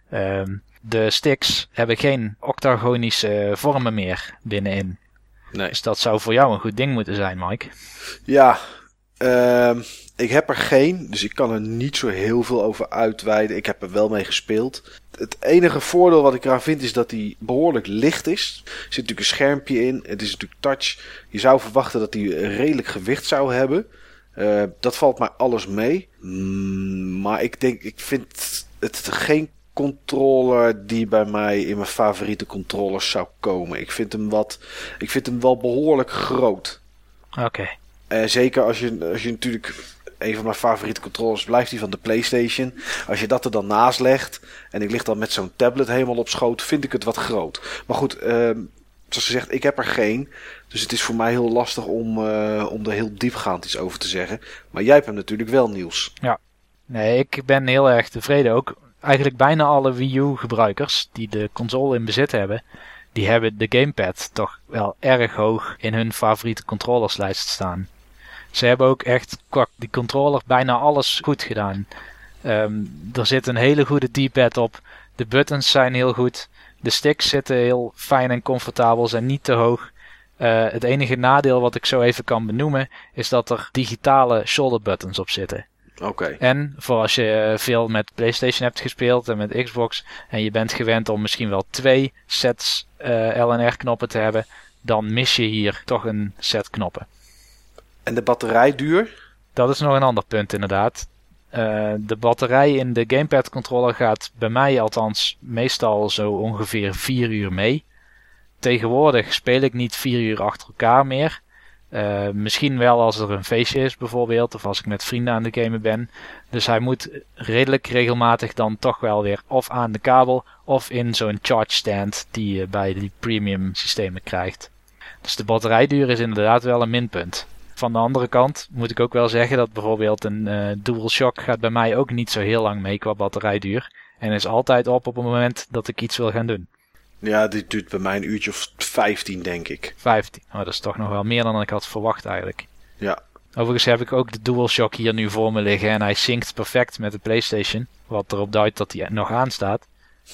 Um, de sticks hebben geen octagonische vormen meer binnenin. Nee. Dus dat zou voor jou een goed ding moeten zijn, Mike. Ja, uh, ik heb er geen, dus ik kan er niet zo heel veel over uitweiden. Ik heb er wel mee gespeeld. Het enige voordeel wat ik eraan vind is dat hij behoorlijk licht is. Er zit natuurlijk een schermpje in, het is natuurlijk touch. Je zou verwachten dat hij redelijk gewicht zou hebben. Uh, dat valt mij alles mee. Mm, maar ik denk, ik vind het geen controller die bij mij in mijn favoriete controllers zou komen. Ik vind hem wat, ik vind hem wel behoorlijk groot. Oké. Okay. Uh, zeker als je, als je natuurlijk, een van mijn favoriete controllers blijft die van de PlayStation. Als je dat er dan naast legt en ik lig dan met zo'n tablet helemaal op schoot, vind ik het wat groot. Maar goed, uh, zoals gezegd, ik heb er geen. Dus het is voor mij heel lastig om, uh, om er heel diepgaand iets over te zeggen. Maar jij hebt hem natuurlijk wel, Niels. Ja. Nee, ik ben heel erg tevreden ook. eigenlijk bijna alle Wii U gebruikers die de console in bezit hebben, die hebben de gamepad toch wel erg hoog in hun favoriete controllerslijst staan. Ze hebben ook echt qua die controller bijna alles goed gedaan. Um, er zit een hele goede D-pad op. De buttons zijn heel goed. De sticks zitten heel fijn en comfortabel, zijn niet te hoog. Uh, het enige nadeel wat ik zo even kan benoemen is dat er digitale shoulder buttons op zitten. Oké. Okay. En voor als je veel met PlayStation hebt gespeeld en met Xbox en je bent gewend om misschien wel twee sets uh, L en R knoppen te hebben, dan mis je hier toch een set knoppen. En de batterijduur? Dat is nog een ander punt inderdaad. Uh, de batterij in de gamepad controller gaat bij mij althans meestal zo ongeveer vier uur mee. Tegenwoordig speel ik niet vier uur achter elkaar meer. Uh, misschien wel als er een feestje is bijvoorbeeld, of als ik met vrienden aan de gamen ben. Dus hij moet redelijk regelmatig dan toch wel weer of aan de kabel of in zo'n charge stand die je bij die premium systemen krijgt. Dus de batterijduur is inderdaad wel een minpunt. Van de andere kant moet ik ook wel zeggen dat bijvoorbeeld een uh, DualShock gaat bij mij ook niet zo heel lang mee qua batterijduur. En is altijd op op het moment dat ik iets wil gaan doen. Ja, dit duurt bij mij een uurtje of vijftien, denk ik. vijftien. Oh, dat is toch nog wel meer dan ik had verwacht eigenlijk. Ja. Overigens heb ik ook de DualShock hier nu voor me liggen en hij synct perfect met de PlayStation. Wat erop duidt dat hij nog aanstaat.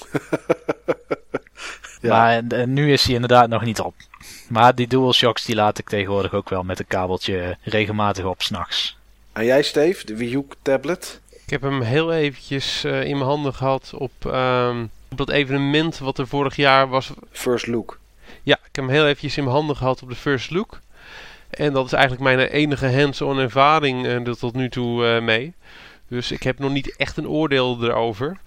Ja. Maar uh, nu is hij inderdaad nog niet op. Maar die DualShocks die laat ik tegenwoordig ook wel met een kabeltje regelmatig op 's nachts. En jij, Steve, de Wii U tablet? Ik heb hem heel eventjes uh, in mijn handen gehad op, um, op dat evenement wat er vorig jaar was. First Look. Ja, ik heb hem heel eventjes in mijn handen gehad op de First Look. En dat is eigenlijk mijn enige hands-on ervaring uh, tot nu toe uh, mee. Dus ik heb nog niet echt een oordeel erover.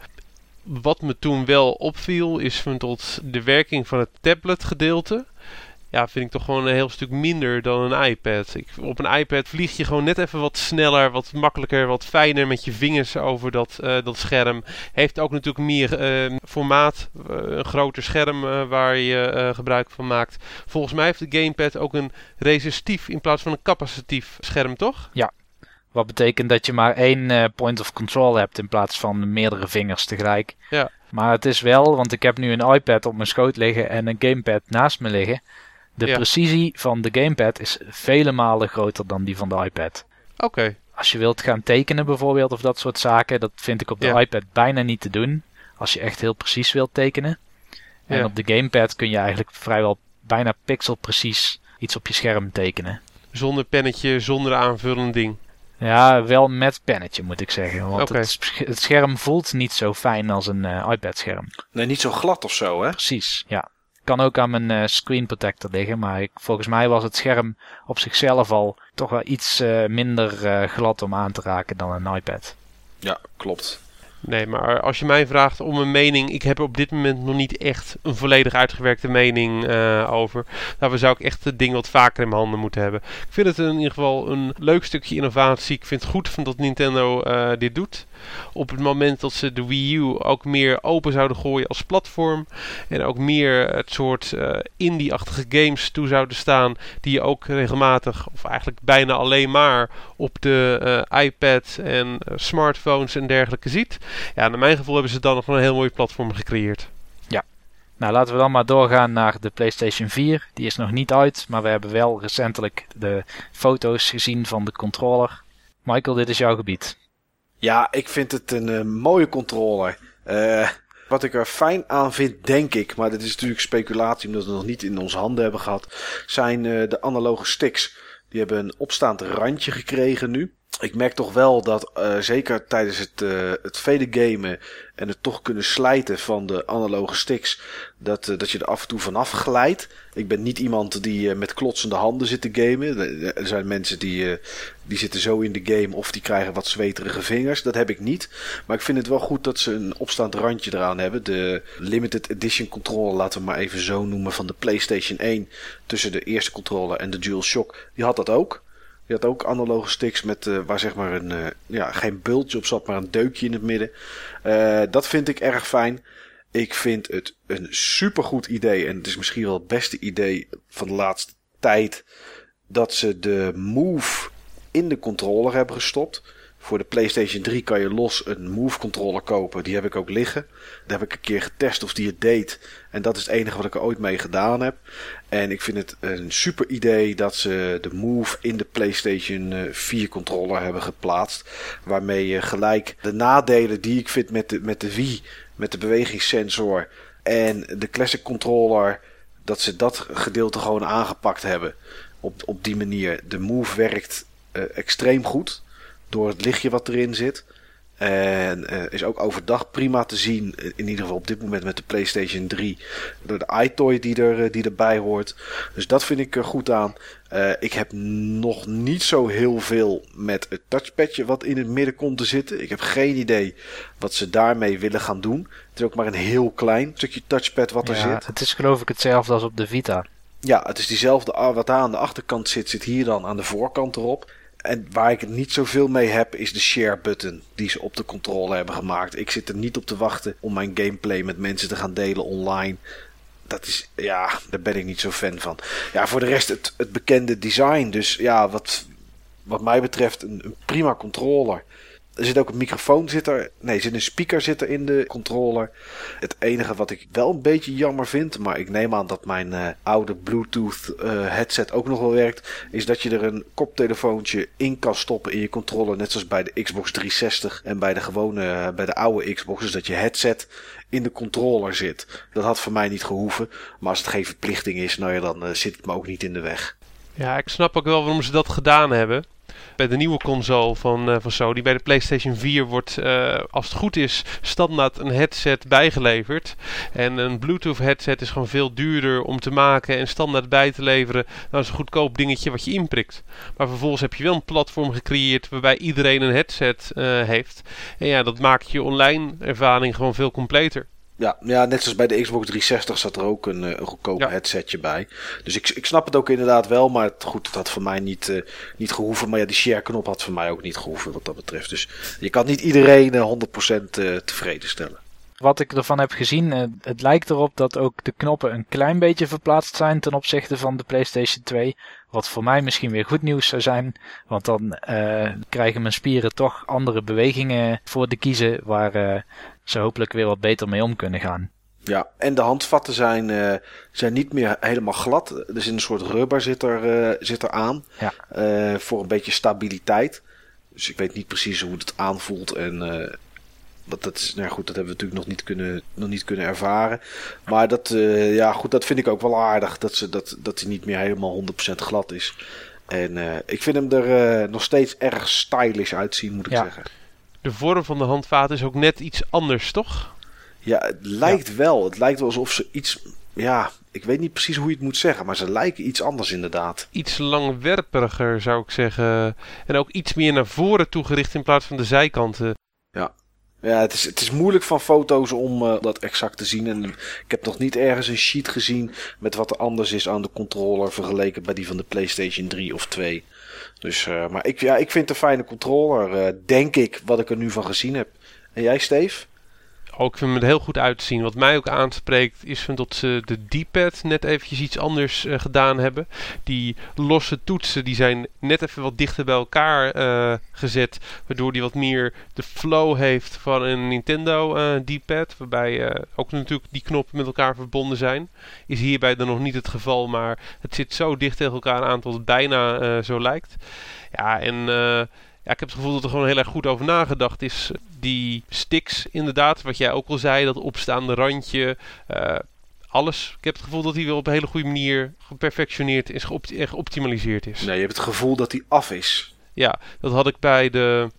Wat me toen wel opviel is van tot de werking van het tabletgedeelte. Ja, vind ik toch gewoon een heel stuk minder dan een iPad. Ik, op een iPad vlieg je gewoon net even wat sneller, wat makkelijker, wat fijner met je vingers over dat, uh, dat scherm. Heeft ook natuurlijk meer uh, formaat, uh, een groter scherm uh, waar je uh, gebruik van maakt. Volgens mij heeft de gamepad ook een resistief in plaats van een capacitief scherm, toch? Ja. Wat betekent dat je maar één uh, point of control hebt in plaats van meerdere vingers tegelijk. Ja. Maar het is wel, want ik heb nu een iPad op mijn schoot liggen en een gamepad naast me liggen. De ja. precisie van de gamepad is vele malen groter dan die van de iPad. Oké. Okay. Als je wilt gaan tekenen bijvoorbeeld of dat soort zaken, dat vind ik op de ja. iPad bijna niet te doen. Als je echt heel precies wilt tekenen. En ja. op de gamepad kun je eigenlijk vrijwel bijna pixelprecies iets op je scherm tekenen. Zonder pennetje, zonder aanvullend ding. Ja, wel met pennetje moet ik zeggen. Want okay. het, het scherm voelt niet zo fijn als een uh, iPad-scherm. Nee, niet zo glad of zo, hè? Precies, ja. Kan ook aan mijn uh, screen protector liggen. Maar ik, volgens mij was het scherm op zichzelf al toch wel iets uh, minder uh, glad om aan te raken dan een iPad. Ja, klopt. Nee, maar als je mij vraagt om een mening, ik heb op dit moment nog niet echt een volledig uitgewerkte mening uh, over. Daarvoor zou ik echt het ding wat vaker in mijn handen moeten hebben. Ik vind het in ieder geval een leuk stukje innovatie. Ik vind het goed van dat Nintendo uh, dit doet. Op het moment dat ze de Wii U ook meer open zouden gooien als platform. En ook meer het soort uh, indie-achtige games toe zouden staan. Die je ook regelmatig, of eigenlijk bijna alleen maar op de uh, iPad en uh, smartphones en dergelijke ziet. Ja, naar mijn gevoel hebben ze dan nog een heel mooi platform gecreëerd. Ja, nou laten we dan maar doorgaan naar de PlayStation vier. Die is nog niet uit, maar we hebben wel recentelijk de foto's gezien van de controller. Michael, dit is jouw gebied. Ja, ik vind het een uh, mooie controller. Uh, wat ik er fijn aan vind, denk ik, maar dit is natuurlijk speculatie omdat we het nog niet in onze handen hebben gehad, zijn uh, de analoge sticks. Die hebben een opstaand randje gekregen nu. Ik merk toch wel dat uh, zeker tijdens het, uh, het vele gamen en het toch kunnen slijten van de analoge sticks, dat, uh, dat je er af en toe vanaf glijdt. Ik ben niet iemand die uh, met klotsende handen zit te gamen. Er zijn mensen die, uh, die zitten zo in de game of die krijgen wat zweterige vingers. Dat heb ik niet. Maar ik vind het wel goed dat ze een opstaand randje eraan hebben. De limited edition controller, laten we maar even zo noemen, van de PlayStation één tussen de eerste controller en de DualShock. Die had dat ook. Die had ook analoge sticks met uh, waar zeg maar een, uh, ja, geen bultje op zat, maar een deukje in het midden. Uh, dat vind ik erg fijn. Ik vind het een supergoed idee. En het is misschien wel het beste idee van de laatste tijd. Dat ze de Move in de controller hebben gestopt. Voor de PlayStation drie kan je los een Move controller kopen. Die heb ik ook liggen. Daar heb ik een keer getest of die het deed. En dat is het enige wat ik er ooit mee gedaan heb. En ik vind het een super idee dat ze de Move in de PlayStation vier controller hebben geplaatst. Waarmee je gelijk de nadelen die ik vind met de, met de Wii, met de bewegingssensor en de Classic controller, dat ze dat gedeelte gewoon aangepakt hebben. Op, op die manier. De Move werkt uh, extreem goed. Door het lichtje wat erin zit. En uh, is ook overdag prima te zien. In ieder geval op dit moment met de PlayStation drie. Door de iToy die, er, die erbij hoort. Dus dat vind ik er goed aan. Uh, ik heb nog niet zo heel veel met het touchpadje wat in het midden komt te zitten. Ik heb geen idee wat ze daarmee willen gaan doen. Het is ook maar een heel klein stukje touchpad wat er ja, zit. Het is geloof ik hetzelfde als op de Vita. Ja, het is diezelfde wat daar aan de achterkant zit, zit hier dan aan de voorkant erop. En waar ik het niet zoveel mee heb, is de share button die ze op de controller hebben gemaakt. Ik zit er niet op te wachten om mijn gameplay met mensen te gaan delen online. Dat is, ja, daar ben ik niet zo fan van. Ja, voor de rest het, het bekende design. Dus ja, wat, wat mij betreft een, een prima controller. Er zit ook een microfoon, zit er, nee, er zit een speaker zit er in de controller. Het enige wat ik wel een beetje jammer vind, maar ik neem aan dat mijn uh, oude Bluetooth uh, headset ook nog wel werkt, is dat je er een koptelefoontje in kan stoppen in je controller, net zoals bij de Xbox driehonderdzestig en bij de gewone, uh, bij de oude Xbox, dus dat je headset in de controller zit. Dat had voor mij niet gehoeven, maar als het geen verplichting is, nou ja, dan uh, zit het me ook niet in de weg. Ja, ik snap ook wel waarom ze dat gedaan hebben. Bij de nieuwe console van, uh, van Sony, bij de PlayStation vier, wordt uh, als het goed is standaard een headset bijgeleverd. En een Bluetooth headset is gewoon veel duurder om te maken en standaard bij te leveren dan zo'n goedkoop dingetje wat je inprikt. Maar vervolgens heb je wel een platform gecreëerd waarbij iedereen een headset uh, heeft. En ja, dat maakt je online ervaring gewoon veel completer. Ja, ja, net zoals bij de Xbox driehonderdzestig zat er ook een, een goedkoop ja. headsetje bij. Dus ik, ik snap het ook inderdaad wel, maar het, goed, het had voor mij niet, uh, niet gehoeven. Maar ja, die share-knop had voor mij ook niet gehoeven wat dat betreft. Dus je kan niet iedereen uh, honderd procent uh, tevreden stellen. Wat ik ervan heb gezien, uh, het lijkt erop dat ook de knoppen een klein beetje verplaatst zijn ten opzichte van de PlayStation twee. Wat voor mij misschien weer goed nieuws zou zijn. Want dan uh, krijgen mijn spieren toch andere bewegingen voor te kiezen waar uh, ze hopelijk weer wat beter mee om kunnen gaan. Ja, en de handvatten zijn, uh, zijn niet meer helemaal glad. Er is een soort rubber zit er, uh, zit er aan. Ja. Uh, voor een beetje stabiliteit. Dus ik weet niet precies hoe het aanvoelt. En uh, dat, dat is, nou goed, dat hebben we natuurlijk nog niet kunnen, nog niet kunnen ervaren. Maar dat, uh, ja, goed, dat vind ik ook wel aardig. Dat, ze, dat, dat hij niet meer helemaal honderd procent glad is. En uh, ik vind hem er uh, nog steeds erg stylish uitzien, moet ik ja. zeggen. De vorm van de handvaten is ook net iets anders, toch? Ja, het lijkt ja. wel. Het lijkt wel alsof ze iets... Ja, ik weet niet precies hoe je het moet zeggen, maar ze lijken iets anders inderdaad. Iets langwerpiger zou ik zeggen. En ook iets meer naar voren toegericht in plaats van de zijkanten. Ja, ja het, is, het is moeilijk van foto's om uh, dat exact te zien. En ik heb nog niet ergens een sheet gezien met wat er anders is aan de controller vergeleken bij die van de PlayStation drie of twee. Dus, uh, maar ik, ja, ik vind het een fijne controller, uh, denk ik, wat ik er nu van gezien heb. En jij, Steve? Oh, ik vind hem er heel goed uitzien. Wat mij ook aanspreekt is dat ze de D-pad net eventjes iets anders uh, gedaan hebben. Die losse toetsen die zijn net even wat dichter bij elkaar uh, gezet. Waardoor die wat meer de flow heeft van een Nintendo uh, D-pad. Waarbij uh, ook natuurlijk die knoppen met elkaar verbonden zijn. Is hierbij dan nog niet het geval. Maar het zit zo dicht tegen elkaar aan tot het bijna uh, zo lijkt. Ja, en... Uh, Ja, ik heb het gevoel dat er gewoon heel erg goed over nagedacht is. Die sticks, inderdaad, wat jij ook al zei, dat opstaande randje, uh, alles. Ik heb het gevoel dat die wel op een hele goede manier geperfectioneerd is geopt- en geoptimaliseerd is. Nee, je hebt het gevoel dat die af is. Ja, dat had ik bij de,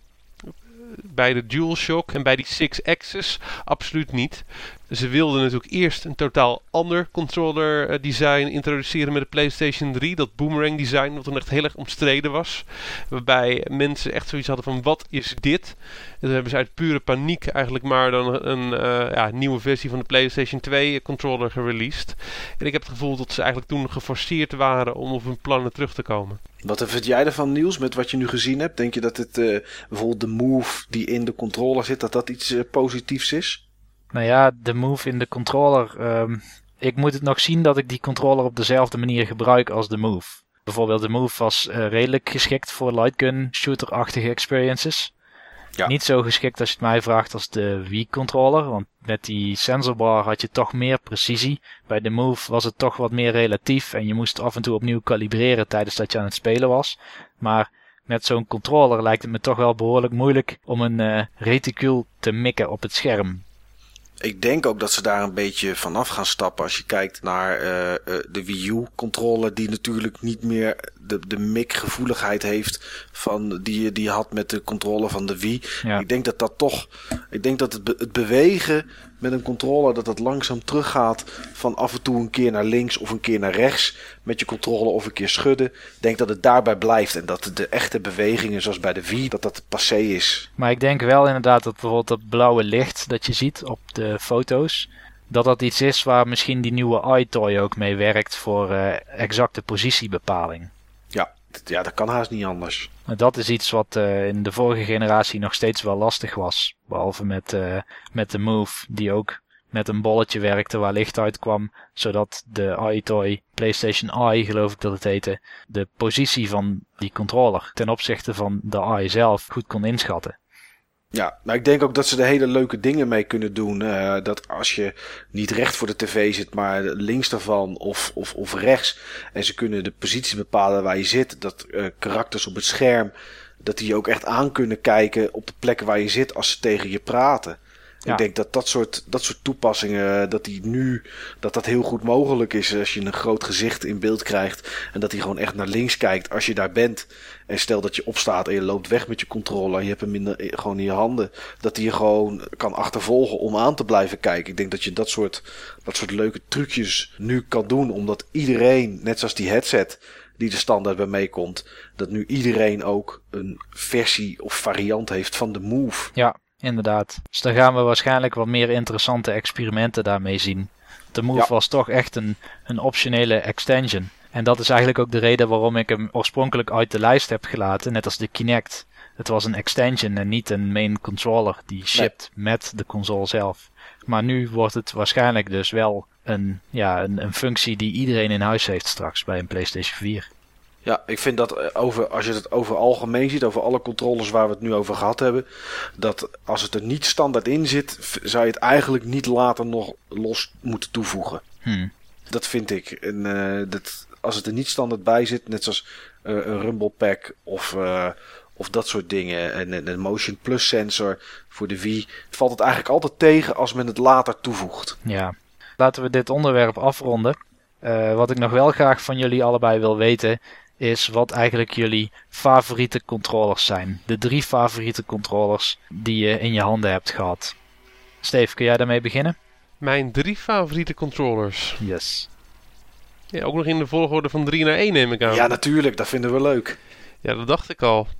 bij de DualShock en bij die Six Axis absoluut niet. Ze wilden natuurlijk eerst een totaal ander controller uh, design introduceren met de PlayStation drie. Dat boomerang design, wat toen echt heel erg omstreden was. Waarbij mensen echt zoiets hadden van, wat is dit? En toen hebben ze uit pure paniek eigenlijk maar dan een uh, ja, nieuwe versie van de PlayStation twee controller gereleased. En ik heb het gevoel dat ze eigenlijk toen geforceerd waren om op hun plannen terug te komen. Wat vind jij ervan, Niels, met wat je nu gezien hebt? Denk je dat het uh, bijvoorbeeld de move die in de controller zit, dat dat iets uh, positiefs is? Nou ja, de move in de controller. Um, ik moet het nog zien dat ik die controller op dezelfde manier gebruik als de move. Bijvoorbeeld de move was uh, redelijk geschikt voor lightgun shooter-achtige experiences. Ja. Niet zo geschikt als je het mij vraagt als de Wii-controller. Want met die sensorbar had je toch meer precisie. Bij de Move was het toch wat meer relatief. En je moest af en toe opnieuw kalibreren tijdens dat je aan het spelen was. Maar met zo'n controller lijkt het me toch wel behoorlijk moeilijk om een uh, reticule te mikken op het scherm. Ik denk ook dat ze daar een beetje vanaf gaan stappen als je kijkt naar uh, uh, de Wii U-controller die natuurlijk niet meer de, de mik-gevoeligheid heeft van die, die je had met de controller van de Wii. Ja. Ik denk dat dat toch, ik denk dat het, be, het bewegen met een controller dat het langzaam teruggaat van af en toe een keer naar links of een keer naar rechts met je controller of een keer schudden. Ik denk dat het daarbij blijft en dat de echte bewegingen zoals bij de Wii, dat dat passé is. Maar ik denk wel inderdaad dat bijvoorbeeld dat blauwe licht dat je ziet op de foto's, dat dat iets is waar misschien die nieuwe iToy ook mee werkt voor uh, exacte positiebepaling. Ja, ja, dat kan haast niet anders. Dat is iets wat uh, in de vorige generatie nog steeds wel lastig was. Behalve met, uh, met de Move, die ook met een bolletje werkte waar licht uitkwam, zodat de iToy, PlayStation Eye geloof ik dat het heette, de positie van die controller ten opzichte van de Eye zelf goed kon inschatten. Ja, maar ik denk ook dat ze er hele leuke dingen mee kunnen doen. Uh, dat als je niet recht voor de tv zit, maar links daarvan of, of, of rechts. En ze kunnen de positie bepalen waar je zit. Dat uh, karakters op het scherm, dat die je ook echt aan kunnen kijken op de plekken waar je zit als ze tegen je praten. Ja. Ik denk dat dat soort, dat soort toepassingen, dat die nu, dat dat heel goed mogelijk is als je een groot gezicht in beeld krijgt. En dat die gewoon echt naar links kijkt als je daar bent. En stel dat je opstaat en je loopt weg met je controller en je hebt hem in de, gewoon in je handen. Dat die je gewoon kan achtervolgen om aan te blijven kijken. Ik denk dat je dat soort, dat soort leuke trucjes nu kan doen. Omdat iedereen, net zoals die headset die er standaard bij meekomt, dat nu iedereen ook een versie of variant heeft van de Move. Ja. Inderdaad. Dus dan gaan we waarschijnlijk wat meer interessante experimenten daarmee zien. De Move ja. was toch echt een, een optionele extension. En dat is eigenlijk ook de reden waarom ik hem oorspronkelijk uit de lijst heb gelaten. Net als de Kinect. Het was een extension en niet een main controller die shipt nee. met de console zelf. Maar nu wordt het waarschijnlijk dus wel een, ja, een, een functie die iedereen in huis heeft straks bij een PlayStation vier. Ja, ik vind dat over, als je het over algemeen ziet, over alle controllers waar we het nu over gehad hebben, dat als het er niet standaard in zit, zou je het eigenlijk niet later nog los moeten toevoegen. Hmm. Dat vind ik. En, uh, dat, als het er niet standaard bij zit, net zoals uh, een Rumble Pack of, uh, of dat soort dingen, en een Motion Plus sensor voor de Wii, valt het eigenlijk altijd tegen als men het later toevoegt. Ja, laten we dit onderwerp afronden. Uh, wat ik nog wel graag van jullie allebei wil weten, is wat eigenlijk jullie favoriete controllers zijn. De drie favoriete controllers die je in je handen hebt gehad. Steve, kun jij daarmee beginnen? Mijn drie favoriete controllers. Yes. Ja, ook nog in de volgorde van drie naar één neem ik aan. Ja, natuurlijk. Dat vinden we leuk. Ja, dat dacht ik al.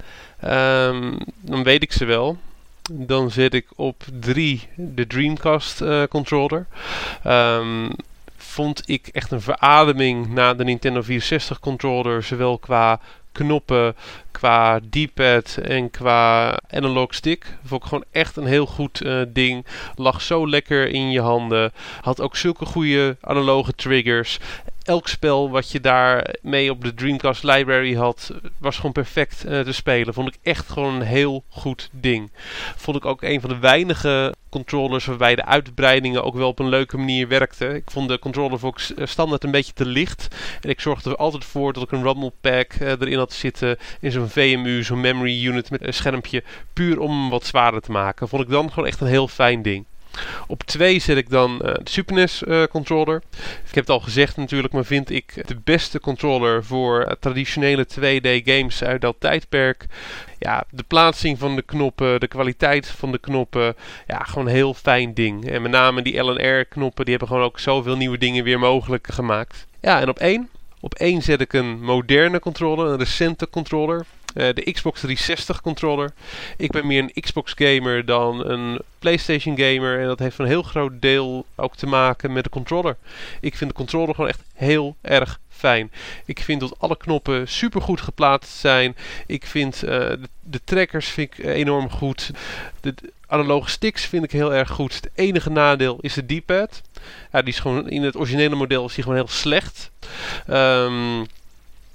Um, dan weet ik ze wel. Dan zet ik op drie de Dreamcast uh, controller. Um, vond ik echt een verademing na de Nintendo vierenzestig controller, zowel qua knoppen, qua D-pad en qua analog stick. Vond ik gewoon echt een heel goed uh, ding. Lag zo lekker in je handen. Had ook zulke goede analoge triggers. Elk spel wat je daar mee op de Dreamcast library had, was gewoon perfect uh, te spelen. Vond ik echt gewoon een heel goed ding. Vond ik ook een van de weinige controllers waarbij de uitbreidingen ook wel op een leuke manier werkten. Ik vond de controller voor standaard een beetje te licht. En ik zorgde er altijd voor dat ik een Rumble Pack uh, erin had zitten. In zo'n V M U, zo'n memory unit met een schermpje. Puur om hem wat zwaarder te maken. Vond ik dan gewoon echt een heel fijn ding. Op twee zet ik dan uh, de Super N E S uh, controller. Ik heb het al gezegd natuurlijk, maar vind ik de beste controller voor uh, traditionele twee D games uit dat tijdperk. Ja, de plaatsing van de knoppen, de kwaliteit van de knoppen. Ja, gewoon een heel fijn ding. En met name die L en R knoppen, die hebben gewoon ook zoveel nieuwe dingen weer mogelijk gemaakt. Ja, en op één. Op één zet ik een moderne controller, een recente controller. Uh, de Xbox driehonderdzestig controller. Ik ben meer een Xbox gamer dan een PlayStation gamer. En dat heeft een heel groot deel ook te maken met de controller. Ik vind de controller gewoon echt heel erg fijn. Ik vind dat alle knoppen super goed geplaatst zijn. Ik vind uh, de, de trackers vind ik enorm goed. De, de analoge sticks vind ik heel erg goed. Het enige nadeel is de D-pad. Ja, die is gewoon in het originele model is die gewoon heel slecht. Um,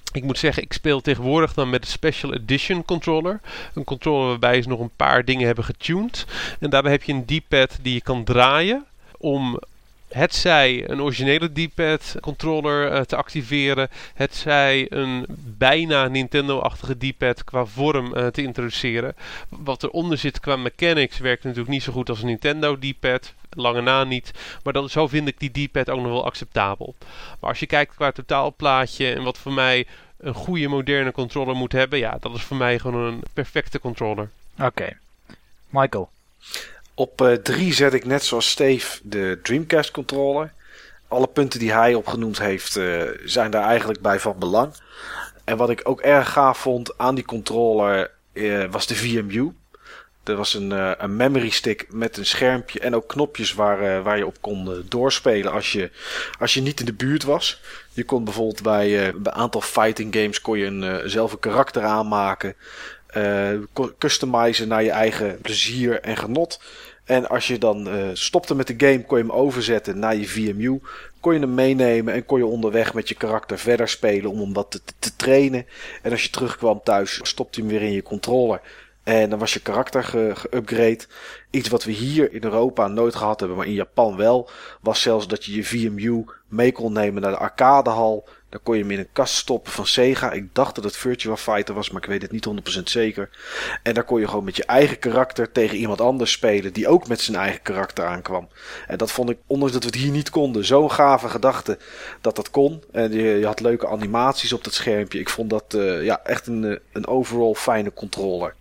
Ik moet zeggen, ik speel tegenwoordig dan met de Special Edition controller. Een controller waarbij ze nog een paar dingen hebben getuned. En daarbij heb je een D-pad die je kan draaien om hetzij een originele D-pad controller uh, te activeren, hetzij een bijna Nintendo-achtige D-pad qua vorm uh, te introduceren. Wat eronder zit qua mechanics werkt natuurlijk niet zo goed als een Nintendo D-pad. Lange na niet. Maar dan, zo vind ik die D-pad ook nog wel acceptabel. Maar als je kijkt qua totaalplaatje en wat voor mij een goede moderne controller moet hebben, ja, dat is voor mij gewoon een perfecte controller. Oké. Okay. Michael? Op uh, drie zet ik net zoals Steve de Dreamcast controller. Alle punten die hij opgenoemd heeft uh, zijn daar eigenlijk bij van belang. En wat ik ook erg gaaf vond aan die controller uh, was de V M U. Er was een, uh, een memory stick met een schermpje en ook knopjes waar, uh, waar je op kon uh, doorspelen als je, als je niet in de buurt was. Je kon bijvoorbeeld bij, uh, bij een aantal fighting games kon je een, uh, zelf een karakter aanmaken. Uh, customizen naar je eigen plezier en genot. En als je dan uh, stopte met de game, kon je hem overzetten naar je V M U. Kon je hem meenemen en kon je onderweg met je karakter verder spelen om hem wat te, te trainen. En als je terugkwam thuis, stopte je hem weer in je controller. En dan was je karakter ge, geupgrade. Iets wat we hier in Europa nooit gehad hebben, maar in Japan wel. Was zelfs dat je je V M U mee kon nemen naar de arcadehal. Dan kon je hem in een kast stoppen van Sega. Ik dacht dat het Virtua Fighter was, maar ik weet het niet honderd procent zeker. En daar kon je gewoon met je eigen karakter tegen iemand anders spelen die ook met zijn eigen karakter aankwam. En dat vond ik, ondanks dat we het hier niet konden, zo'n gave gedachte dat dat kon. En je, je had leuke animaties op dat schermpje. Ik vond dat uh, ja, echt een, een overall fijne controller.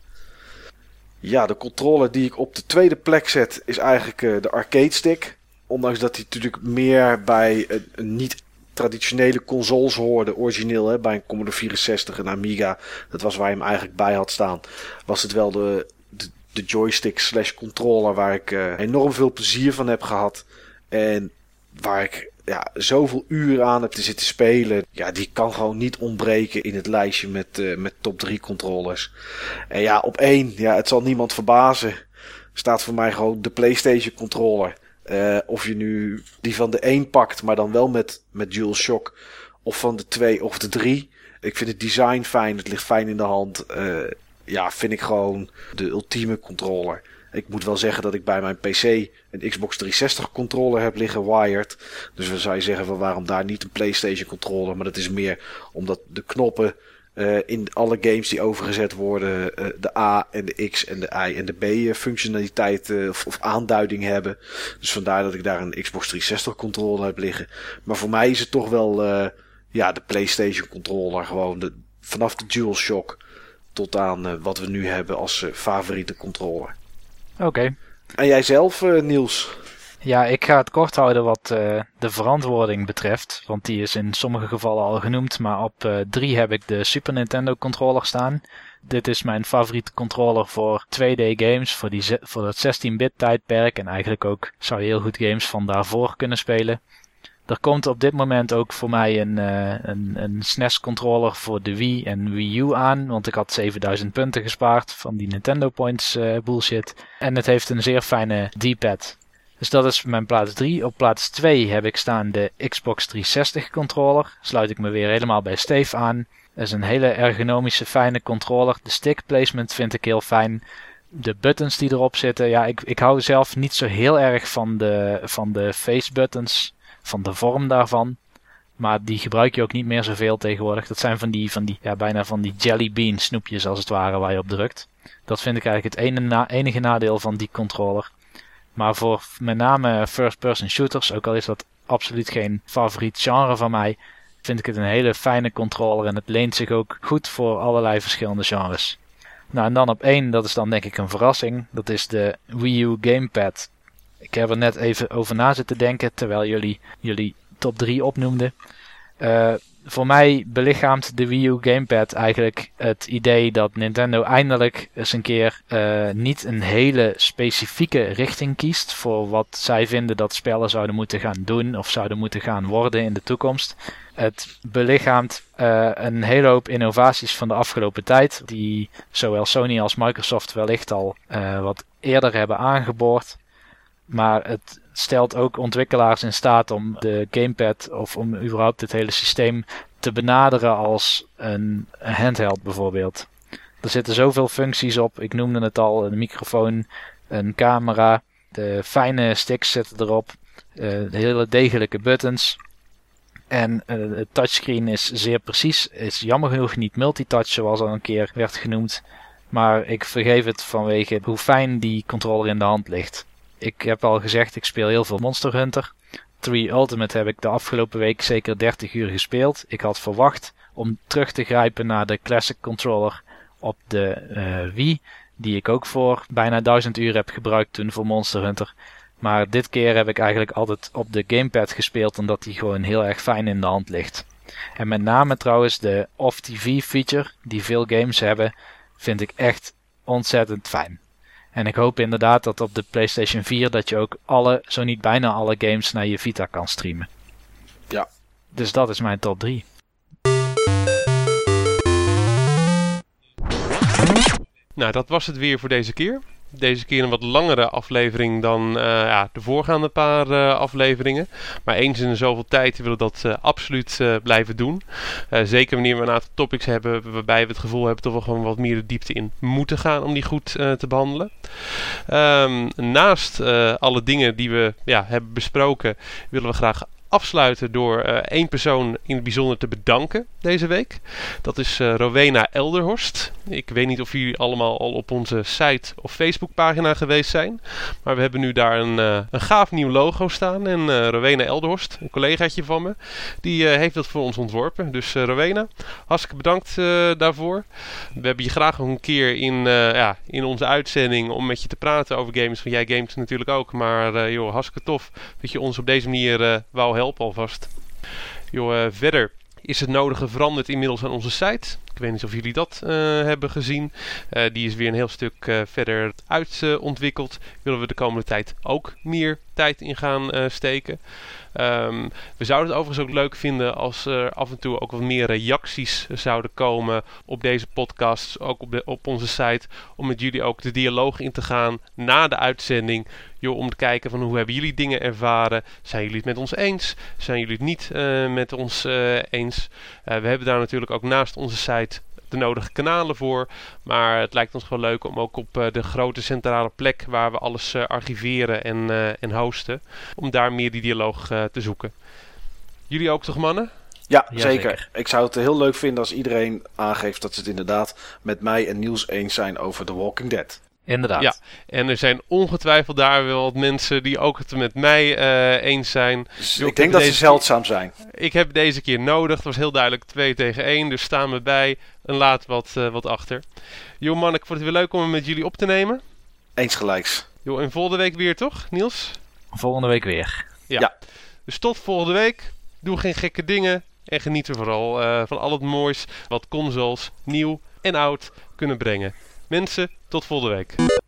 Ja, de controller die ik op de tweede plek zet is eigenlijk uh, de arcade stick. Ondanks dat hij natuurlijk meer bij een, een niet traditionele consoles hoorde, origineel hè, bij een Commodore vierenzestig en Amiga. Dat was waar je hem eigenlijk bij had staan. Was het wel de, de, de joystick slash controller waar ik uh, enorm veel plezier van heb gehad. En waar ik ja, zoveel uren aan heb te zitten spelen. Ja, die kan gewoon niet ontbreken in het lijstje met, uh, met top drie controllers. En ja, op één, ja, het zal niemand verbazen, staat voor mij gewoon de PlayStation controller. Uh, of je nu die van de één pakt, maar dan wel met, met DualShock. Of van de twee of de drie. Ik vind het design fijn, het ligt fijn in de hand. Uh, ja, vind ik gewoon de ultieme controller. Ik moet wel zeggen dat ik bij mijn P C een Xbox driehonderdzestig controller heb liggen wired. Dus dan zou je zeggen van waarom daar niet een PlayStation controller. Maar dat is meer omdat de knoppen uh, in alle games die overgezet worden uh, de A en de X en de Y en de B functionaliteit uh, of, of aanduiding hebben. Dus vandaar dat ik daar een Xbox driehonderdzestig controller heb liggen. Maar voor mij is het toch wel uh, ja, de PlayStation controller. Gewoon de, vanaf de DualShock tot aan uh, wat we nu hebben als uh, favoriete controller. Oké. Okay. En jij zelf, uh, Niels? Ja, ik ga het kort houden wat uh, de verantwoording betreft. Want die is in sommige gevallen al genoemd. Maar op uh, drie heb ik de Super Nintendo controller staan. Dit is mijn favoriete controller voor twee D games. Voor, die ze- voor dat zestien-bit tijdperk. En eigenlijk ook zou je heel goed games van daarvoor kunnen spelen. Er komt op dit moment ook voor mij een, uh, een, een S N E S controller voor de Wii en Wii U aan. Want ik had zevenduizend punten gespaard van die Nintendo Points uh, bullshit. En het heeft een zeer fijne D-pad. Dus dat is mijn plaats drie. Op plaats twee heb ik staan de Xbox driehonderdzestig controller. Sluit ik me weer helemaal bij Steve aan. Dat is een hele ergonomische fijne controller. De stick placement vind ik heel fijn. De buttons die erop zitten. Ja, ik, ik hou zelf niet zo heel erg van de, van de face buttons. Van de vorm daarvan. Maar die gebruik je ook niet meer zoveel tegenwoordig. Dat zijn van die, van die ja, bijna van die jelly bean snoepjes als het ware waar je op drukt. Dat vind ik eigenlijk het ene na, enige nadeel van die controller. Maar voor met name first-person shooters, ook al is dat absoluut geen favoriet genre van mij, vind ik het een hele fijne controller en het leent zich ook goed voor allerlei verschillende genres. Nou, en dan op één, dat is dan denk ik een verrassing, dat is de Wii U Gamepad. Ik heb er net even over na zitten denken, terwijl jullie jullie top drie opnoemden. Uh, voor mij belichaamt de Wii U Gamepad eigenlijk het idee dat Nintendo eindelijk eens een keer uh, niet een hele specifieke richting kiest voor wat zij vinden dat spellen zouden moeten gaan doen of zouden moeten gaan worden in de toekomst. Het belichaamt uh, een hele hoop innovaties van de afgelopen tijd, die zowel Sony als Microsoft wellicht al uh, wat eerder hebben aangeboord. Maar het stelt ook ontwikkelaars in staat om de gamepad of om überhaupt het hele systeem te benaderen als een, een handheld bijvoorbeeld. Er zitten zoveel functies op. Ik noemde het al, een microfoon, een camera, de fijne sticks zitten erop, uh, de hele degelijke buttons. En uh, het touchscreen is zeer precies. Is jammer genoeg niet multitouch zoals al een keer werd genoemd. Maar ik vergeef het vanwege hoe fijn die controller in de hand ligt. Ik heb al gezegd, ik speel heel veel Monster Hunter. drie Ultimate heb ik de afgelopen week zeker dertig uur gespeeld. Ik had verwacht om terug te grijpen naar de Classic Controller op de uh, Wii. Die ik ook voor bijna duizend uur heb gebruikt toen voor Monster Hunter. Maar dit keer heb ik eigenlijk altijd op de gamepad gespeeld, omdat die gewoon heel erg fijn in de hand ligt. En met name trouwens de Off-T V feature, die veel games hebben, vind ik echt ontzettend fijn. En ik hoop inderdaad dat op de PlayStation vier dat je ook alle, zo niet bijna alle games naar je Vita kan streamen. Ja. Dus dat is mijn top drie. Nou, dat was het weer voor deze keer. Deze keer een wat langere aflevering dan uh, ja, de voorgaande paar uh, afleveringen. Maar eens in zoveel tijd willen we dat uh, absoluut uh, blijven doen. Uh, zeker wanneer we een aantal topics hebben waarbij we het gevoel hebben dat we gewoon wat meer de diepte in moeten gaan om die goed uh, te behandelen. Um, naast uh, alle dingen die we ja, hebben besproken willen we graag afsluiten door uh, één persoon in het bijzonder te bedanken deze week. Dat is uh, Rowena Elderhorst. Ik weet niet of jullie allemaal al op onze site of Facebookpagina geweest zijn. Maar we hebben nu daar een, uh, een gaaf nieuw logo staan. En uh, Rowena Elderhorst, een collegaatje van me, die uh, heeft dat voor ons ontworpen. Dus uh, Rowena, hartstikke bedankt uh, daarvoor. We hebben je graag nog een keer in, uh, ja, in onze uitzending om met je te praten over games. Want jij games natuurlijk ook. Maar uh, joh, hartstikke tof dat je ons op deze manier uh, wou helpen alvast. Jo, uh, verder is het nodige veranderd inmiddels aan onze site. Ik weet niet of jullie dat uh, hebben gezien. Uh, die is weer een heel stuk uh, verder uitontwikkeld. Uh, Willen we de komende tijd ook meer tijd in gaan uh, steken. Um, we zouden het overigens ook leuk vinden als er af en toe ook wat meer reacties zouden komen op deze podcasts, ook op, de, op onze site, om met jullie ook de dialoog in te gaan na de uitzending. Joh, om te kijken van hoe hebben jullie dingen ervaren. Zijn jullie het met ons eens? Zijn jullie het niet uh, met ons uh, eens? Uh, we hebben daar natuurlijk ook naast onze site de nodige kanalen voor. Maar het lijkt ons gewoon leuk om ook op uh, de grote centrale plek waar we alles uh, archiveren en, uh, en hosten, om daar meer die dialoog uh, te zoeken. Jullie ook toch, mannen? Ja, Ja, zeker. zeker. Ik zou het heel leuk vinden als iedereen aangeeft dat ze het inderdaad met mij en Niels eens zijn over The Walking Dead. Inderdaad. Ja, en er zijn ongetwijfeld daar wel wat mensen die ook het met mij uh, eens zijn. Dus Jo, ik denk dat ze deze zeldzaam zijn. keer, ik heb deze keer nodig. Het was heel duidelijk twee tegen één. Dus staan we bij en laat wat, uh, wat achter. Jo man, ik vond het weer leuk om het met jullie op te nemen. Eens gelijks. Jo, en volgende week weer toch, Niels? Volgende week weer. Ja. Ja. Dus tot volgende week. Doe geen gekke dingen. En geniet er vooral uh, van al het moois wat consoles, nieuw en oud, kunnen brengen. Mensen, tot volgende week.